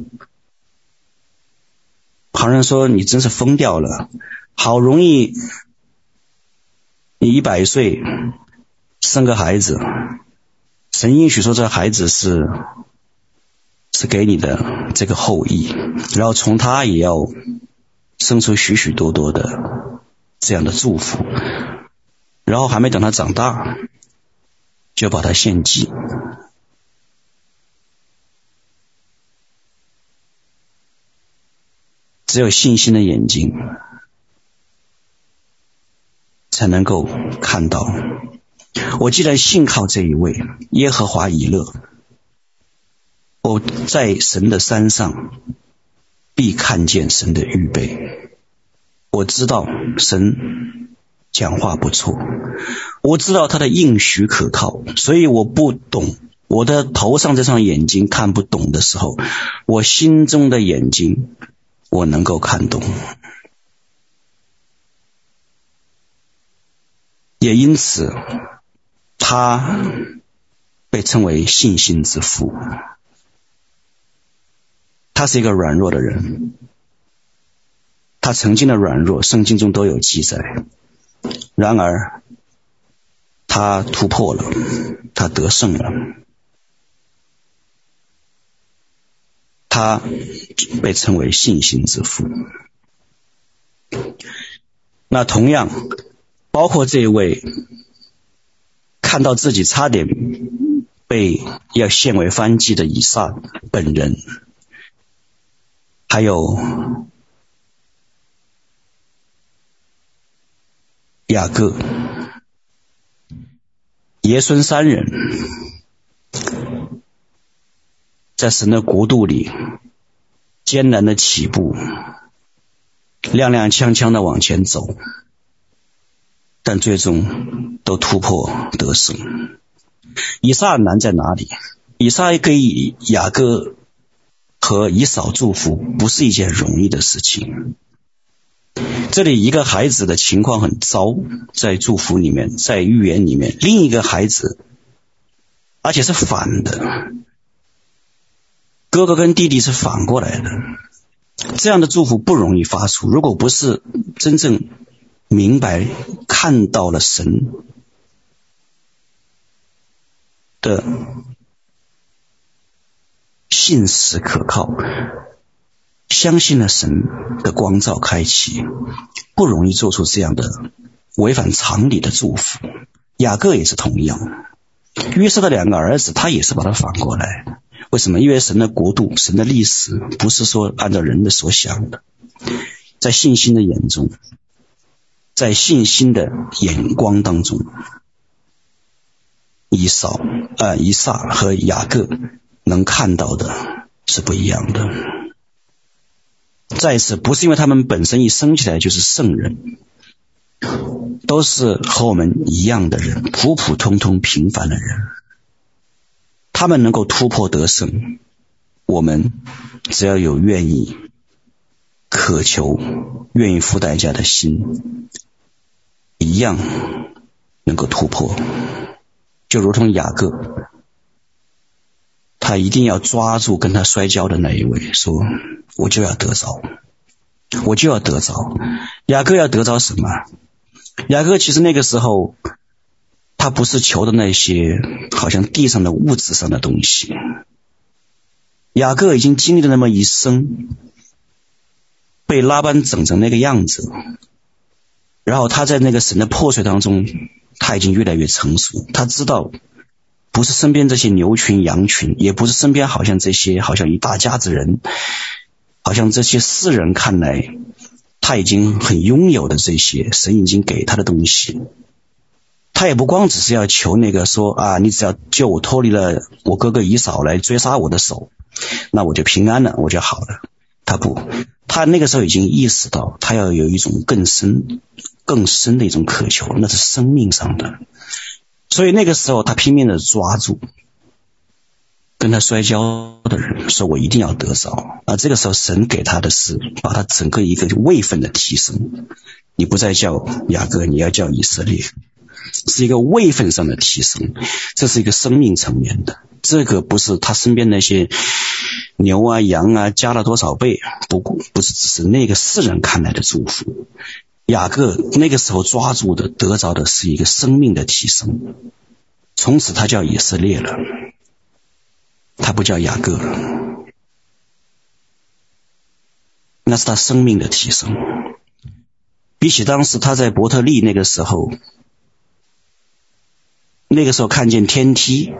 旁人说你真是疯掉了，好容易你一百岁生个孩子， 神应许说这孩子是是给你的这个后裔，然后从他也要生出许许多多的这样的祝福，然后还没等他长大就把他献祭。只有信心的眼睛才能够看到，我既然信靠这一位耶和华以勒，我在神的山上必看见神的预备。我知道神讲话不错，我知道他的应许可靠，所以我不懂，我的头上这双眼睛看不懂的时候，我心中的眼睛我能够看懂。也因此他被称为信心之父。他是一个软弱的人，他曾经的软弱圣经中都有记载，然而他突破了，他得胜了，他被称为信心之父。那同样包括这一位看到自己差点被要献为燔祭的以撒本人，还有雅各，爷孙三人在神的国度里艰难的起步，踉踉跄跄的往前走，但最终都突破得胜。以撒难在哪里？以撒给雅各和以扫祝福不是一件容易的事情。这里一个孩子的情况很糟，在祝福里面，在预言里面，另一个孩子而且是反的，哥哥跟弟弟是反过来的。这样的祝福不容易发出，如果不是真正明白看到了神的信实可靠，相信了神的光照开启，不容易做出这样的违反常理的祝福。雅各也是同样，约瑟的两个儿子他也是把他反过来。为什么？因为神的国度，神的历史不是说按照人的所想的，在信心的眼中，在信心的眼光当中，以扫呃以撒和雅各能看到的是不一样的。再次，不是因为他们本身一生起来就是圣人，都是和我们一样的人，普普通通平凡的人，他们能够突破得胜，我们只要有愿意渴求愿意付代价的心，一样能够突破。就如同雅各，他一定要抓住跟他摔跤的那一位，说我就要得着，我就要得着。雅各要得着什么？雅各其实那个时候他不是求的那些好像地上的物质上的东西，雅各已经经历了那么一生，被拉班整成那个样子，然后他在那个神的破碎当中，他已经越来越成熟，他知道不是身边这些牛群羊群，也不是身边好像这些好像一大家子人，好像这些世人看来他已经很拥有的这些神已经给他的东西，他也不光只是要求那个说啊，你只要救我脱离了我哥哥以扫来追杀我的手，那我就平安了，我就好了。他不，他那个时候已经意识到他要有一种更深更深的一种渴求，那是生命上的。所以那个时候他拼命的抓住跟他摔跤的人，说我一定要得着。啊，这个时候神给他的是把他整个一个位分的提升，你不再叫雅各，你要叫以色列，是一个位分上的提升，这是一个生命层面的。这个不是他身边那些牛啊羊啊加了多少倍，不不是只是那个世人看来的祝福。雅各那个时候抓住的得着的是一个生命的提升， 从此他叫以色列了，他不叫雅各了。那是他生命的提升，比起当时他在伯特利那个时候，那个时候看见天梯，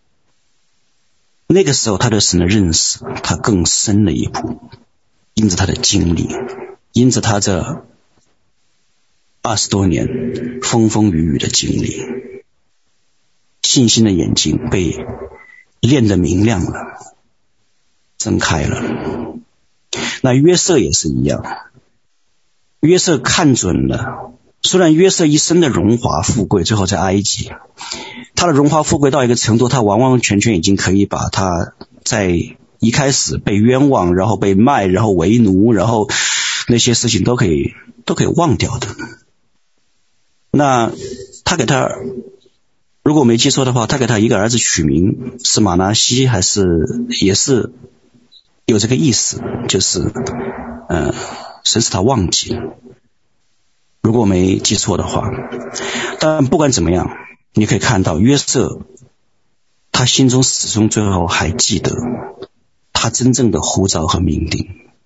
那个时候他对神的认识他更深了一步，因着他的经历，因着他这二十多年风风雨雨的经历，信心的眼睛被练得明亮了，睁开了。那约瑟也是一样，约瑟看准了，虽然约瑟一生的荣华富贵最后在埃及，他的荣华富贵到一个程度，他完完全全已经可以把他在一开始被冤枉，然后被卖，然后为奴，然后那些事情都可以都可以忘掉的。那他给他，如果我没记错的话，他给他一个儿子取名是马拿西，还是也是有这个意思，就是呃，神使他忘记了，如果我没记错的话。但不管怎么样，你可以看到约瑟他心中始终最后还记得他真正的呼召和命定，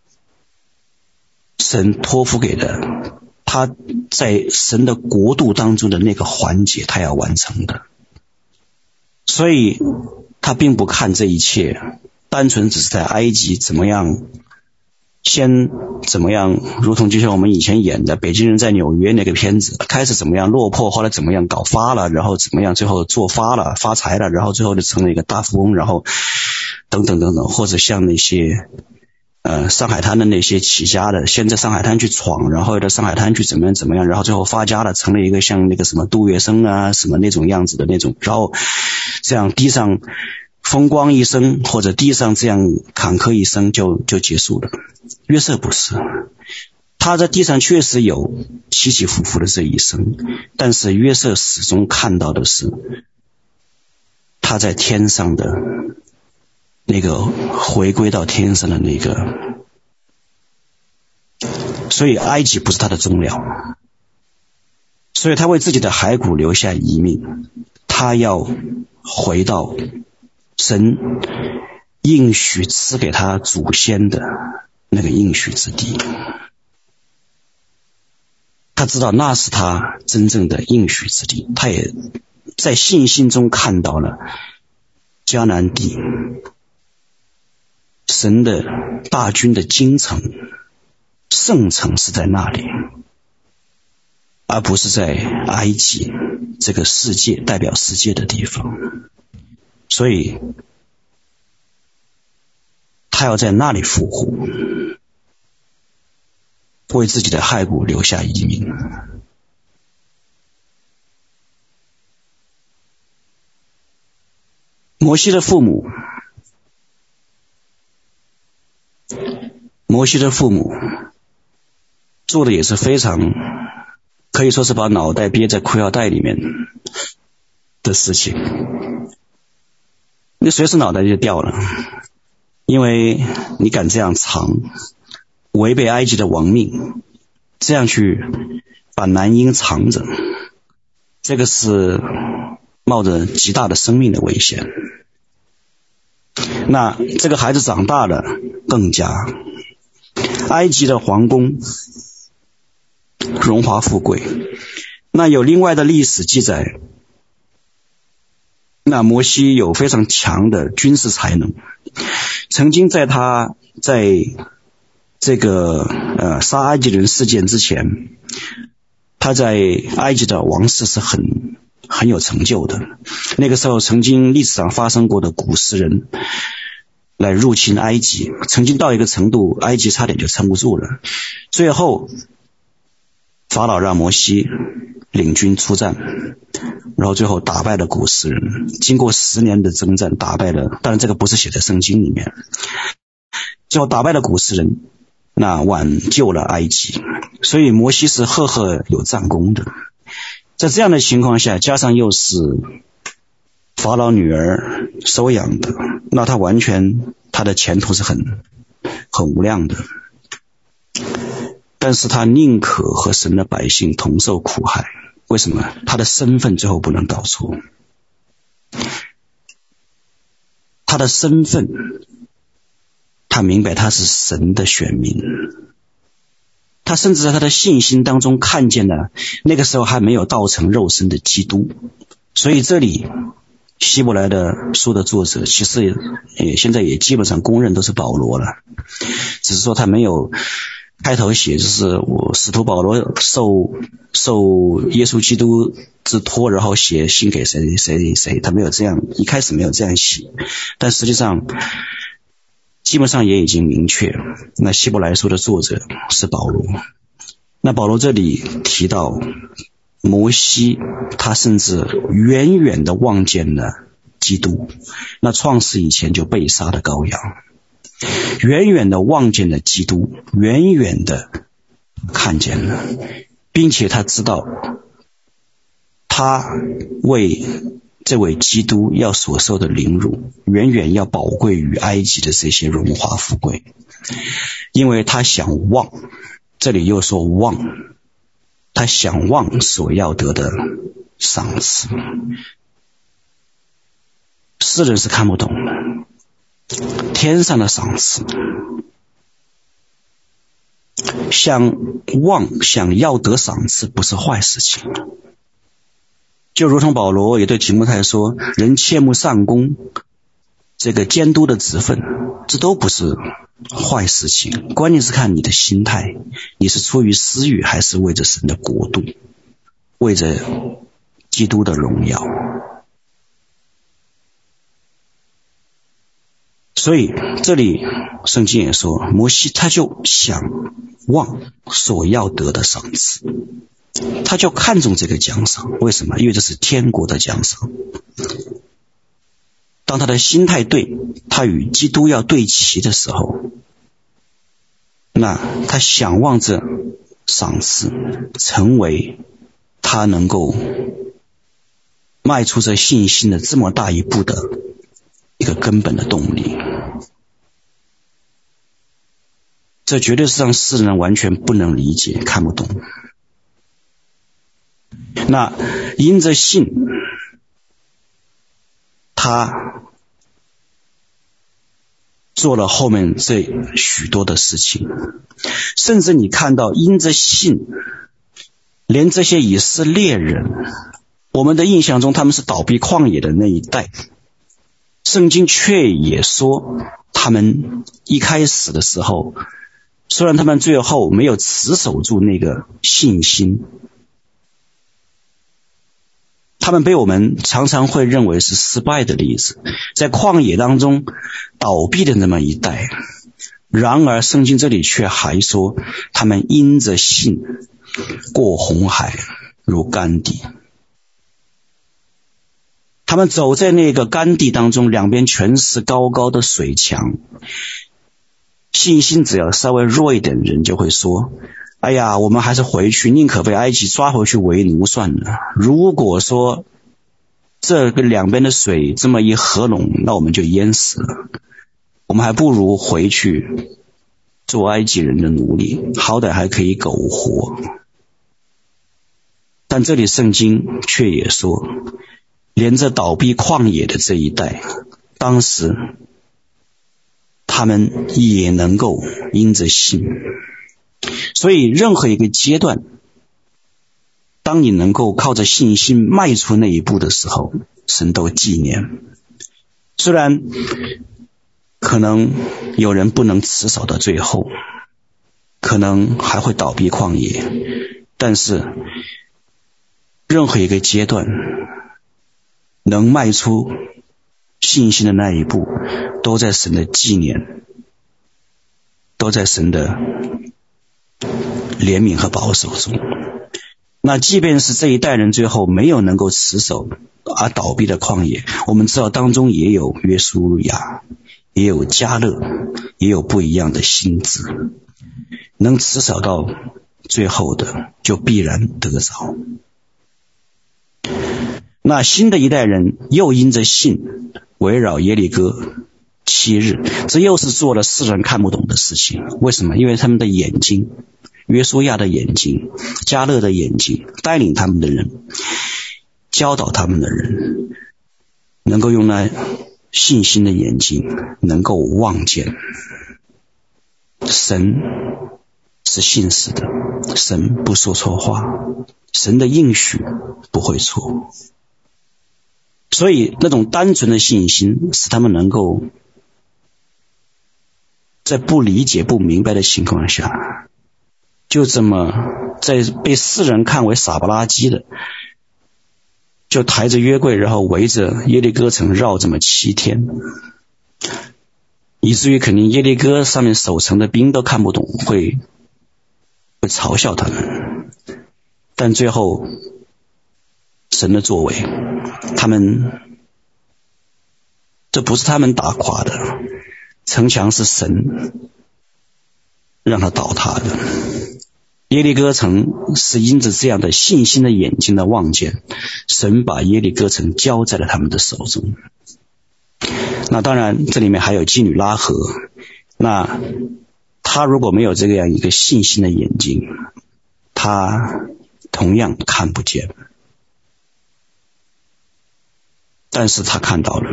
神托付给的他在神的国度当中的那个环节他要完成的，所以他并不看这一切单纯只是在埃及怎么样，先怎么样，如同就像我们以前演的北京人在纽约那个片子，开始怎么样落魄，后来怎么样搞发了，然后怎么样最后做发了发财了，然后最后就成了一个大富翁，然后等等等等，或者像那些呃上海滩的那些起家的，先在上海滩去闯，然后在上海滩去怎么样怎么样，然后最后发家了，成了一个像那个什么杜月笙啊什么那种样子的那种，然后这样地上风光一生，或者地上这样坎坷一生就就结束了。约瑟不是，他在地上确实有起起伏伏的这一生，但是约瑟始终看到的是他在天上的那个回归到天上的那个，所以埃及不是他的终了，所以他为自己的骸骨留下遗命，他要回到神应许赐给他祖先的那个应许之地，他知道那是他真正的应许之地，他也在信心中看到了迦南地神的大军的京城圣城是在那里，而不是在埃及这个世界代表世界的地方，所以他要在那里复活，为自己的骸骨留下遗命。摩西的父母摩西的父母做的也是非常可以说是把脑袋憋在裤腰带里面的事情，那随时脑袋就掉了，因为你敢这样藏，违背埃及的王命，这样去把男婴藏着，这个是冒着极大的生命的危险。那这个孩子长大了更加，埃及的皇宫荣华富贵，那有另外的历史记载，那摩西有非常强的军事才能，曾经在他在这个呃杀埃及人事件之前，他在埃及的王室是很很有成就的。那个时候曾经历史上发生过的古时人来入侵埃及，曾经到一个程度，埃及差点就撑不住了。最后法老让摩西领军出战，然后最后打败了古时人，经过十年的征战打败了，当然这个不是写在圣经里面，最后打败了古时人，那挽救了埃及，所以摩西是赫赫有战功的。在这样的情况下，加上又是法老女儿收养的，那他完全他的前途是很很无量的，但是他宁可和神的百姓同受苦害。为什么？他的身份最后不能搞错。 他的身份，他明白他是神的选民，他甚至在他的信心当中看见了那个时候还没有道成肉身的基督。所以这里希伯来的书的作者其实也现在也基本上公认都是保罗了，只是说他没有开头写就是我使徒保罗受受耶稣基督之托，然后写信给谁谁谁，他没有这样，一开始没有这样写，但实际上基本上也已经明确，那希伯来书的作者是保罗。那保罗这里提到摩西，他甚至远远的望见了基督，那创世以前就被杀的羔羊，远远的望见了基督，远远的看见了，并且他知道他为这位基督要所受的凌辱远远要宝贵于埃及的这些荣华富贵，因为他想望，这里又说望，他想望所要得的赏赐。世人是看不懂的，天上的赏赐，想望想要得赏赐不是坏事情，就如同保罗也对提摩太说，人切慕上功，这个监督的职分，这都不是坏事情，关键是看你的心态，你是出于私欲还是为着神的国度，为着基督的荣耀。所以这里圣经也说，摩西他就想望所要得的赏赐，他就看重这个奖赏。为什么？因为这是天国的奖赏。当他的心态对，他与基督要对齐的时候，那他想望着赏赐成为他能够迈出这信心的这么大一步的一个根本的动力。这绝对是让世人完全不能理解看不懂。那因着信，他做了后面这许多的事情，甚至你看到因着信，连这些以色列人，我们的印象中他们是倒闭旷野的那一代，圣经却也说他们一开始的时候，虽然他们最后没有持守住那个信心，他们被我们常常会认为是失败的例子，在旷野当中倒闭的那么一代，然而圣经这里却还说他们因着信过红海如干地，他们走在那个干地当中，两边全是高高的水墙，信心只要稍微弱一点，人就会说，哎呀，我们还是回去，宁可被埃及抓回去为奴算了。如果说这个两边的水这么一合拢，那我们就淹死了，我们还不如回去做埃及人的奴隶，好歹还可以苟活。但这里圣经却也说，连着倒闭旷野的这一代，当时他们也能够因着信。所以任何一个阶段，当你能够靠着信心迈出那一步的时候，神都纪念。虽然可能有人不能持守到最后，可能还会倒闭旷野，但是任何一个阶段能迈出信心的那一步，都在神的纪念，都在神的怜悯和保守中。那即便是这一代人最后没有能够持守而倒闭的旷野，我们知道当中也有约书亚，也有迦勒，也有不一样的心智，能持守到最后的就必然得着。那新的一代人又因着信围绕耶利哥七日，这又是做了世人看不懂的事情。为什么？因为他们的眼睛，约书亚的眼睛，迦勒的眼睛，带领他们的人，教导他们的人，能够用那信心的眼睛能够望见。神是信实的，神不说错话，神的应许不会错。所以那种单纯的信心使他们能够在不理解不明白的情况下，就这么在被世人看为傻不拉几的，就抬着约柜，然后围着耶利哥城绕这么七天，以至于肯定耶利哥上面守城的兵都看不懂，会会嘲笑他们。但最后神的作为，他们这不是他们打垮的，城墙是神让他倒塌的。耶利哥城是因着这样的信心的眼睛的望见，神把耶利哥城交在了他们的手中。那当然这里面还有妓女拉合，那他如果没有这样一个信心的眼睛，他同样看不见，但是他看到了。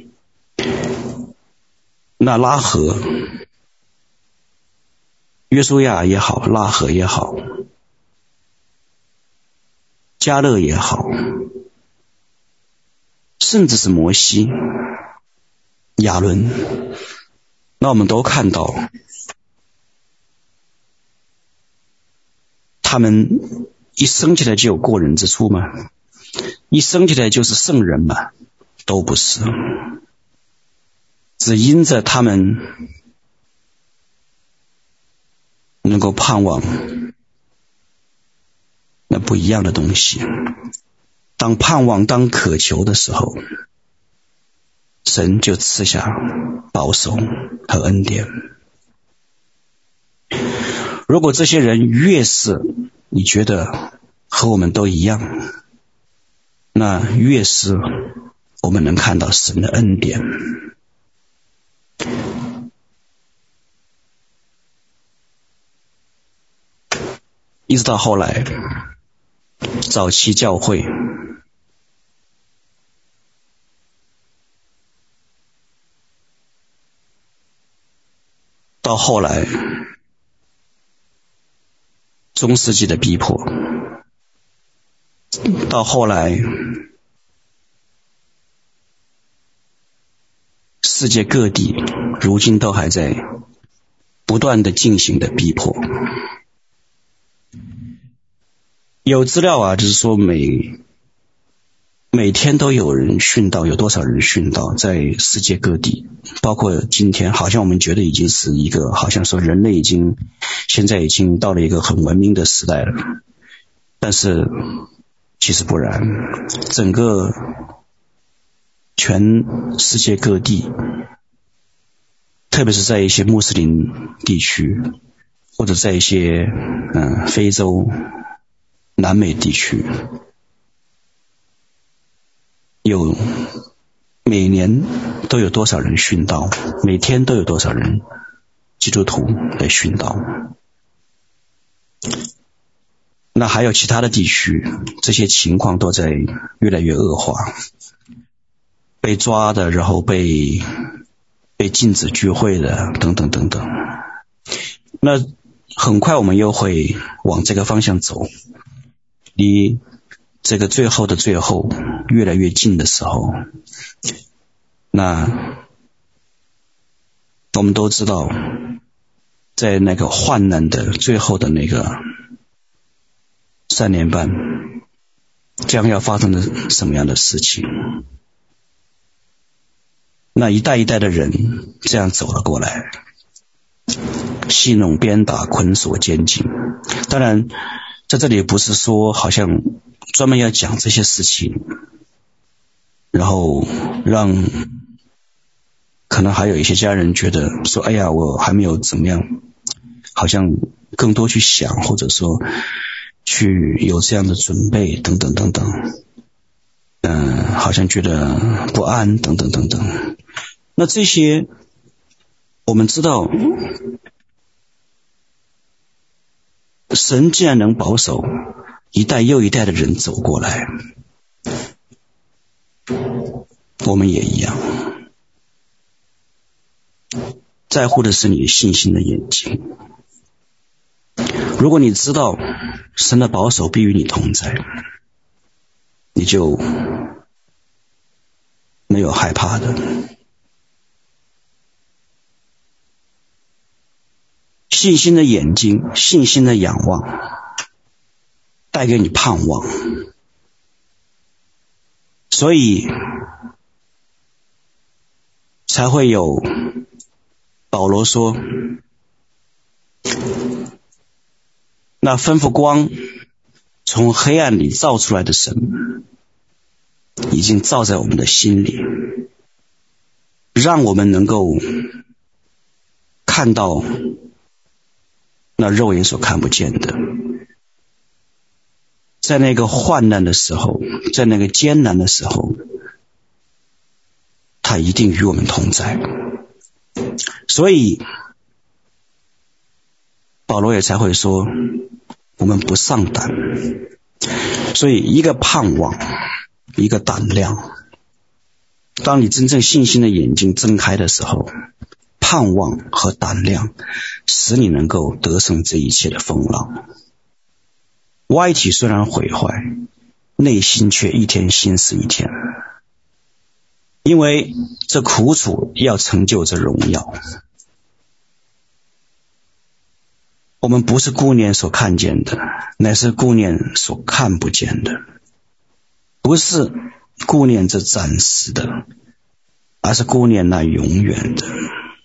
那拉合约书亚也好，拉合也好，迦勒也好，甚至是摩西、亚伦，那我们都看到他们一生起来就有过人之处吗？一生起来就是圣人吗？都不是，只因着他们能够盼望那不一样的东西。当盼望当渴求的时候，神就赐下保守和恩典。如果这些人越是你觉得和我们都一样，那越是我们能看到神的恩典。一直到后来早期教会到后来中世纪的逼迫，到后来世界各地如今都还在不断的进行的逼迫。有资料啊，就是说每每天都有人殉道，有多少人殉道在世界各地，包括今天好像我们觉得已经是一个，好像说人类已经现在已经到了一个很文明的时代了，但是其实不然，整个全世界各地，特别是在一些穆斯林地区，或者在一些嗯非洲南美地区，有每年都有多少人殉道，每天都有多少人基督徒来殉道。那还有其他的地区，这些情况都在越来越恶化，被抓的，然后被被禁止聚会的，等等等等。那很快我们又会往这个方向走，离这个最后的最后越来越近的时候，那我们都知道在那个患难的最后的那个三年半将要发生的什么样的事情。那一代一代的人这样走了过来，戏弄鞭打捆锁监禁。当然在这里不是说好像专门要讲这些事情，然后让可能还有一些家人觉得说，哎呀，我还没有怎么样，好像更多去想，或者说去有这样的准备等等等等，嗯、呃，好像觉得不安等等等等。那这些我们知道，神既然能保守一代又一代的人走过来，我们也一样。 在乎的是你信心的眼睛。如果你知道神的保守必与你同在，你就没有害怕的。信心的眼睛，信心的仰望，带给你盼望。所以才会有保罗说，那吩咐光从黑暗里照出来的神，已经照在我们的心里，让我们能够看到那肉眼所看不见的。在那个患难的时候，在那个艰难的时候，他一定与我们同在。所以保罗也才会说，我们不丧胆。所以一个盼望，一个胆量，当你真正信心的眼睛睁开的时候，盼望和胆量使你能够得胜这一切的风浪。外体虽然毁坏，内心却一天新似一天，因为这苦楚要成就这荣耀。我们不是顾念所看见的，乃是顾念所看不见的。不是顾念这暂时的，而是顾念那永远的。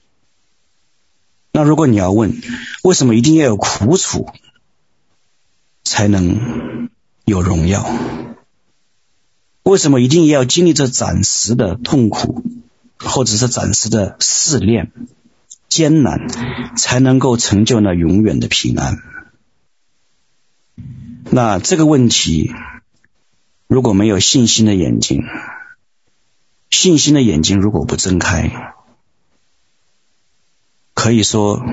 那如果你要问，为什么一定要有苦楚才能有荣耀？为什么一定要经历这暂时的痛苦，或者是暂时的试炼、艰难，才能够成就那永远的平安？那这个问题，如果没有信心的眼睛，信心的眼睛如果不睁开，可以说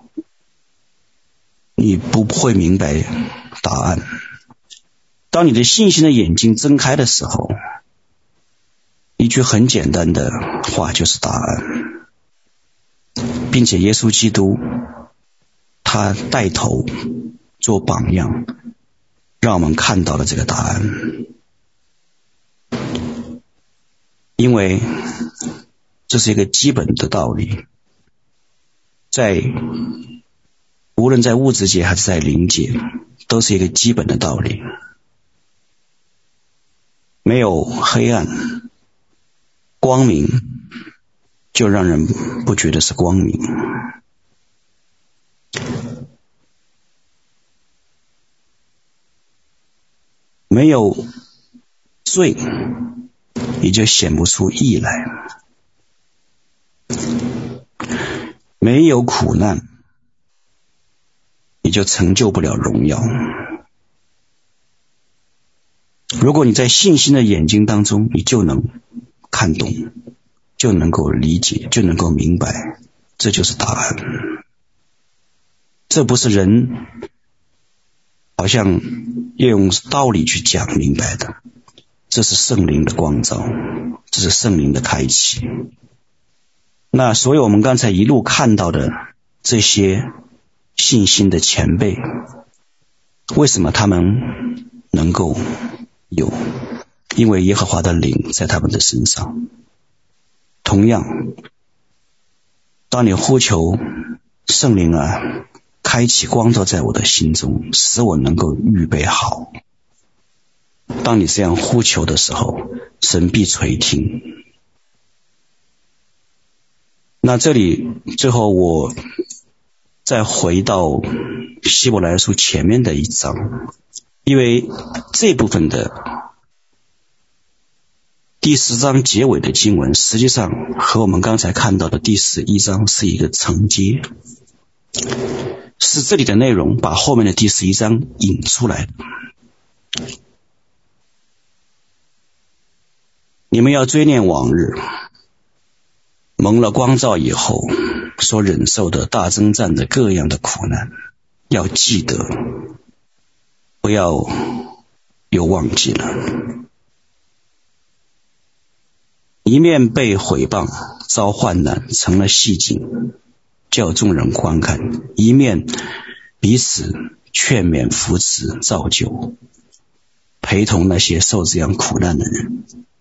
你不会明白答案。当你的信心的眼睛睁开的时候，一句很简单的话就是答案，并且耶稣基督他带头做榜样，让我们看到了这个答案。因为这是一个基本的道理，在无论在物质界还是在灵界，都是一个基本的道理。没有黑暗，光明就让人不觉得是光明。没有罪，你就显不出义来。没有苦难，你就成就不了荣耀。如果你在信心的眼睛当中，你就能看懂，就能够理解，就能够明白，这就是答案。这不是人好像要用道理去讲明白的，这是圣灵的光照，这是圣灵的开启。那所有我们刚才一路看到的这些信心的前辈，为什么他们能够有？因为耶和华的灵在他们的身上。同样，当你呼求圣灵啊，开启光照在我的心中，使我能够预备好，当你这样呼求的时候，神必垂听。那这里最后我再回到希伯来书前面的一章，因为这部分的第十章结尾的经文，实际上和我们刚才看到的第十一章是一个承接，是这里的内容把后面的第十一章引出来的。你们要追念往日，蒙了光照以后所忍受的大征战的各样的苦难，要记得，不要又忘记了。一面被毁谤，遭患难，成了戏精， 叫众人观看，一面彼此劝勉扶持造就，陪同那些受这样苦难的人。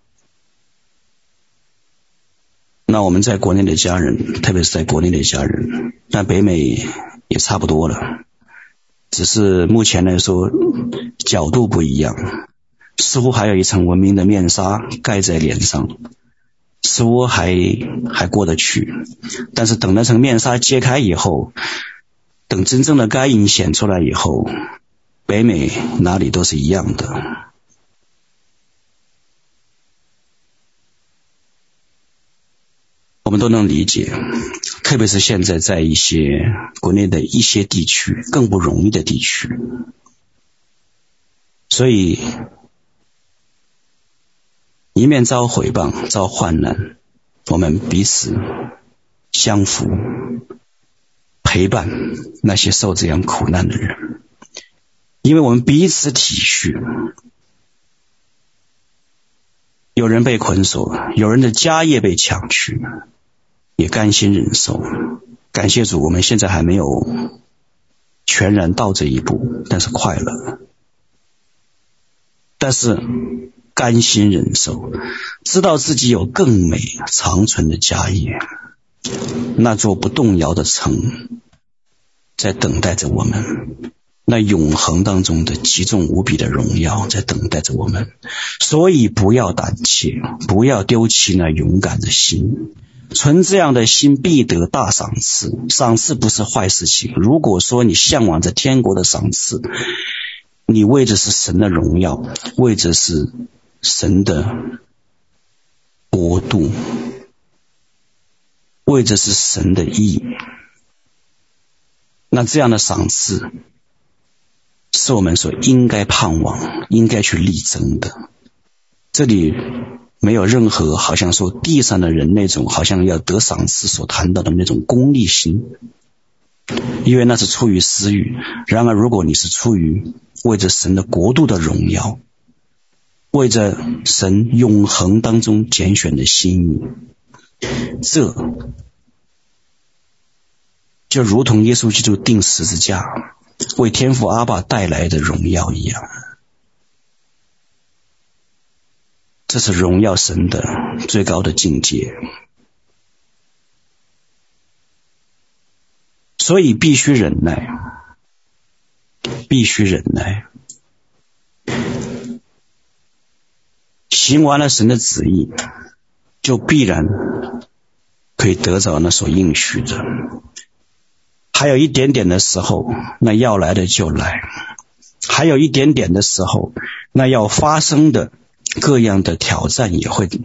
那我们在国内的家人，特别是在国内的家人，那北美也差不多了，只是目前来说角度不一样，似乎还有一层文明的面纱盖在脸上，似乎还还过得去。但是等那层面纱揭开以后，等真正的该隐显出来以后，北美哪里都是一样的。我们都能理解，特别是现在在一些国内的一些地区，更不容易的地区。所以一面遭毁谤遭患难，我们彼此相扶，陪伴那些受这样苦难的人，因为我们彼此体恤。有人被捆锁，有人的家业被抢去，也甘心忍受。感谢主，我们现在还没有全然到这一步，但是快乐，但是甘心忍受，知道自己有更美长存的家业，那座不动摇的城在等待着我们，那永恒当中的极重无比的荣耀在等待着我们。所以不要胆怯，不要丢弃那勇敢的心，存这样的心必得大赏赐。赏赐不是坏事情，如果说你向往着天国的赏赐，你为着是神的荣耀，为着是神的国度，为着是神的义，那这样的赏赐是我们所应该盼望应该去力争的。这里没有任何好像说地上的人那种好像要得赏赐所谈到的那种功利心，因为那是出于私欲。然而如果你是出于为着神的国度的荣耀，为着神永恒当中拣选的心意，这就如同耶稣基督钉十字架为天父阿爸带来的荣耀一样。这是荣耀神的最高的境界。所以必须忍耐，必须忍耐，行完了神的旨意，就必然可以得着那所应许的。还有一点点的时候，那要来的就来；还有一点点的时候，那要发生的各样的挑战也会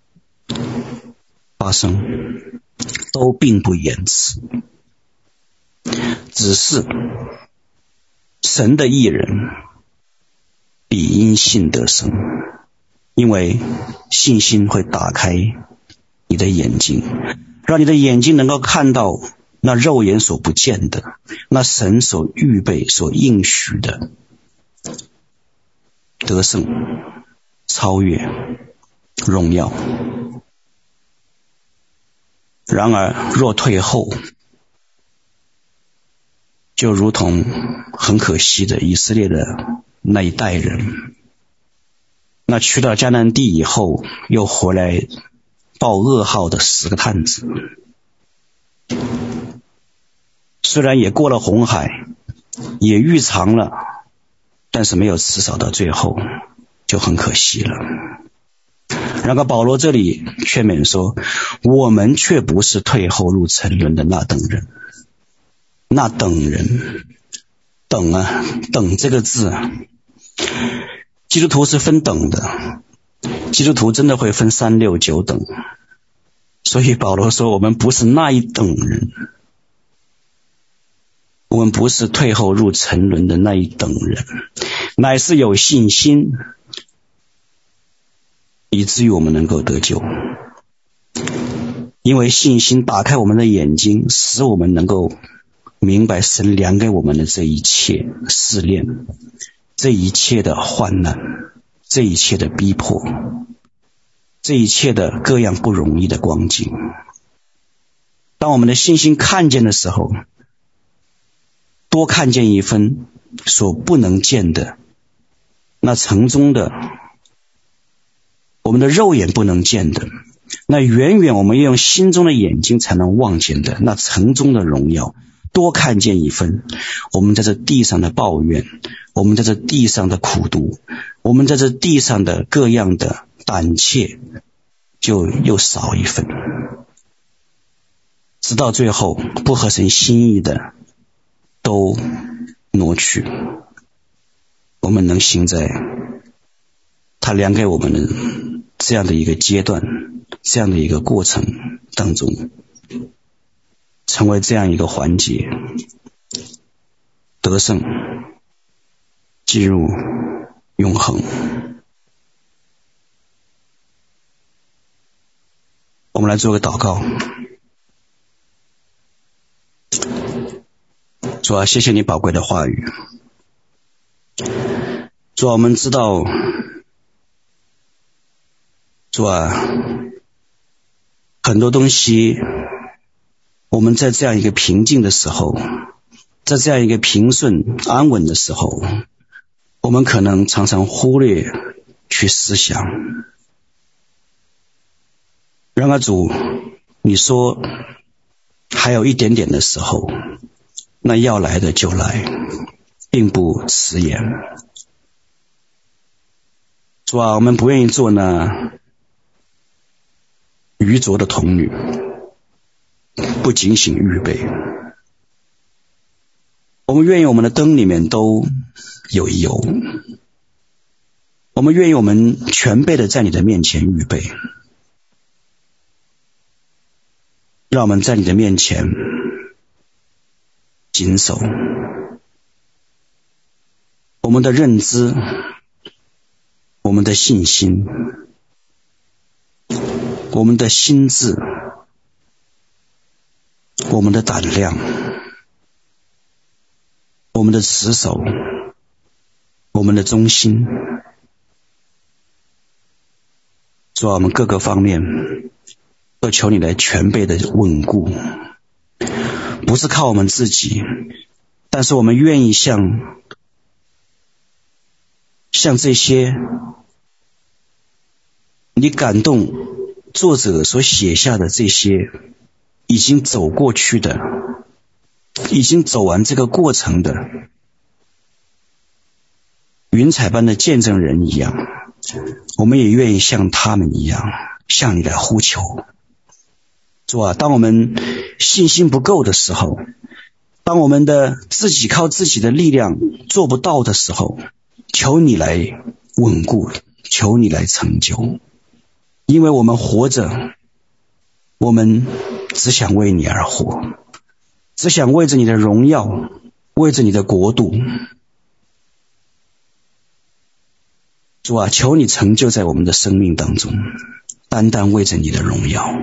发生，都并不延迟。只是神的义人必因信得生，因为信心会打开你的眼睛，让你的眼睛能够看到那肉眼所不见的，那神所预备所应许的得胜、超越、荣耀。然而若退后，就如同很可惜的以色列的那一代人，那去到迦南地以后又回来报噩耗的十个探子，虽然也过了红海，也预尝了，但是没有持守到最后，就很可惜了。然而保罗这里劝勉说，我们却不是退后入沉沦的那等人。那等人，等啊，等这个字，基督徒是分等的，基督徒真的会分三六九等。所以保罗说，我们不是那一等人，我们不是退后入沉沦的那一等人，乃是有信心，以至于我们能够得救。因为信心打开我们的眼睛，使我们能够明白神量给我们的这一切试炼，这一切的患难，这一切的逼迫，这一切的各样不容易的光景。 当我们的信心看见的时候，多看见一分所不能见的，那城中的我们的肉眼不能见的，那远远我们要用心中的眼睛才能望见的，那城中的荣耀多看见一分，我们在这地上的抱怨，我们在这地上的苦毒，我们在这地上的各样的胆怯就又少一分，直到最后不合神心意的都挪去，我们能行在他量给我们的这样的一个阶段，这样的一个过程当中，成为这样一个环节，得胜，进入永恒。我们来做个祷告。主啊，谢谢你宝贵的话语。主啊，我们知道，主啊，很多东西我们在这样一个平静的时候，在这样一个平顺安稳的时候，我们可能常常忽略去思想。然而主，你说还有一点点的时候，那要来的就来，并不迟延。主啊，我们不愿意做那愚拙的童女，不警醒预备。我们愿意我们的灯里面都有油，我们愿意我们全备的在你的面前预备，让我们在你的面前谨守我们的认知，我们的信心，我们的心智，我们的胆量，我们的持守，我们的忠心。主啊，我们各个方面都求你来全备的稳固，不是靠我们自己，但是我们愿意像像这些你感动作者所写下的这些已经走过去的，已经走完这个过程的云彩般的见证人一样，我们也愿意像他们一样向你来呼求。主啊，当我们信心不够的时候，当我们的自己靠自己的力量做不到的时候，求你来稳固，求你来成就。因为我们活着，我们只想为你而活，只想为着你的荣耀，为着你的国度。主啊，求你成就在我们的生命当中，单单为着你的荣耀。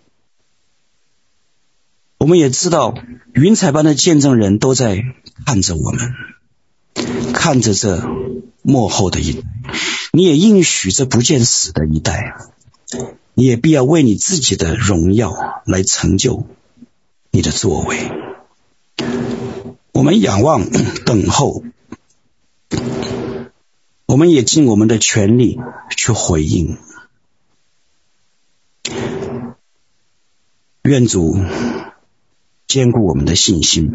我们也知道云彩般的见证人都在看着我们，看着这末后的一代，你也应许这不见死的一代，你也必要为你自己的荣耀来成就你的作为。我们仰望等候，我们也尽我们的全力去回应。愿主坚固我们的信心，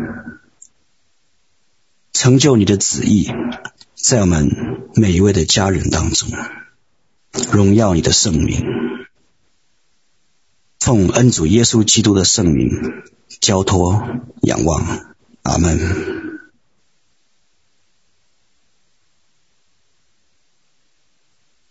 成就你的旨意在我们每一位的家人当中，荣耀你的圣名。奉恩主耶稣基督的圣名交托仰望，阿们。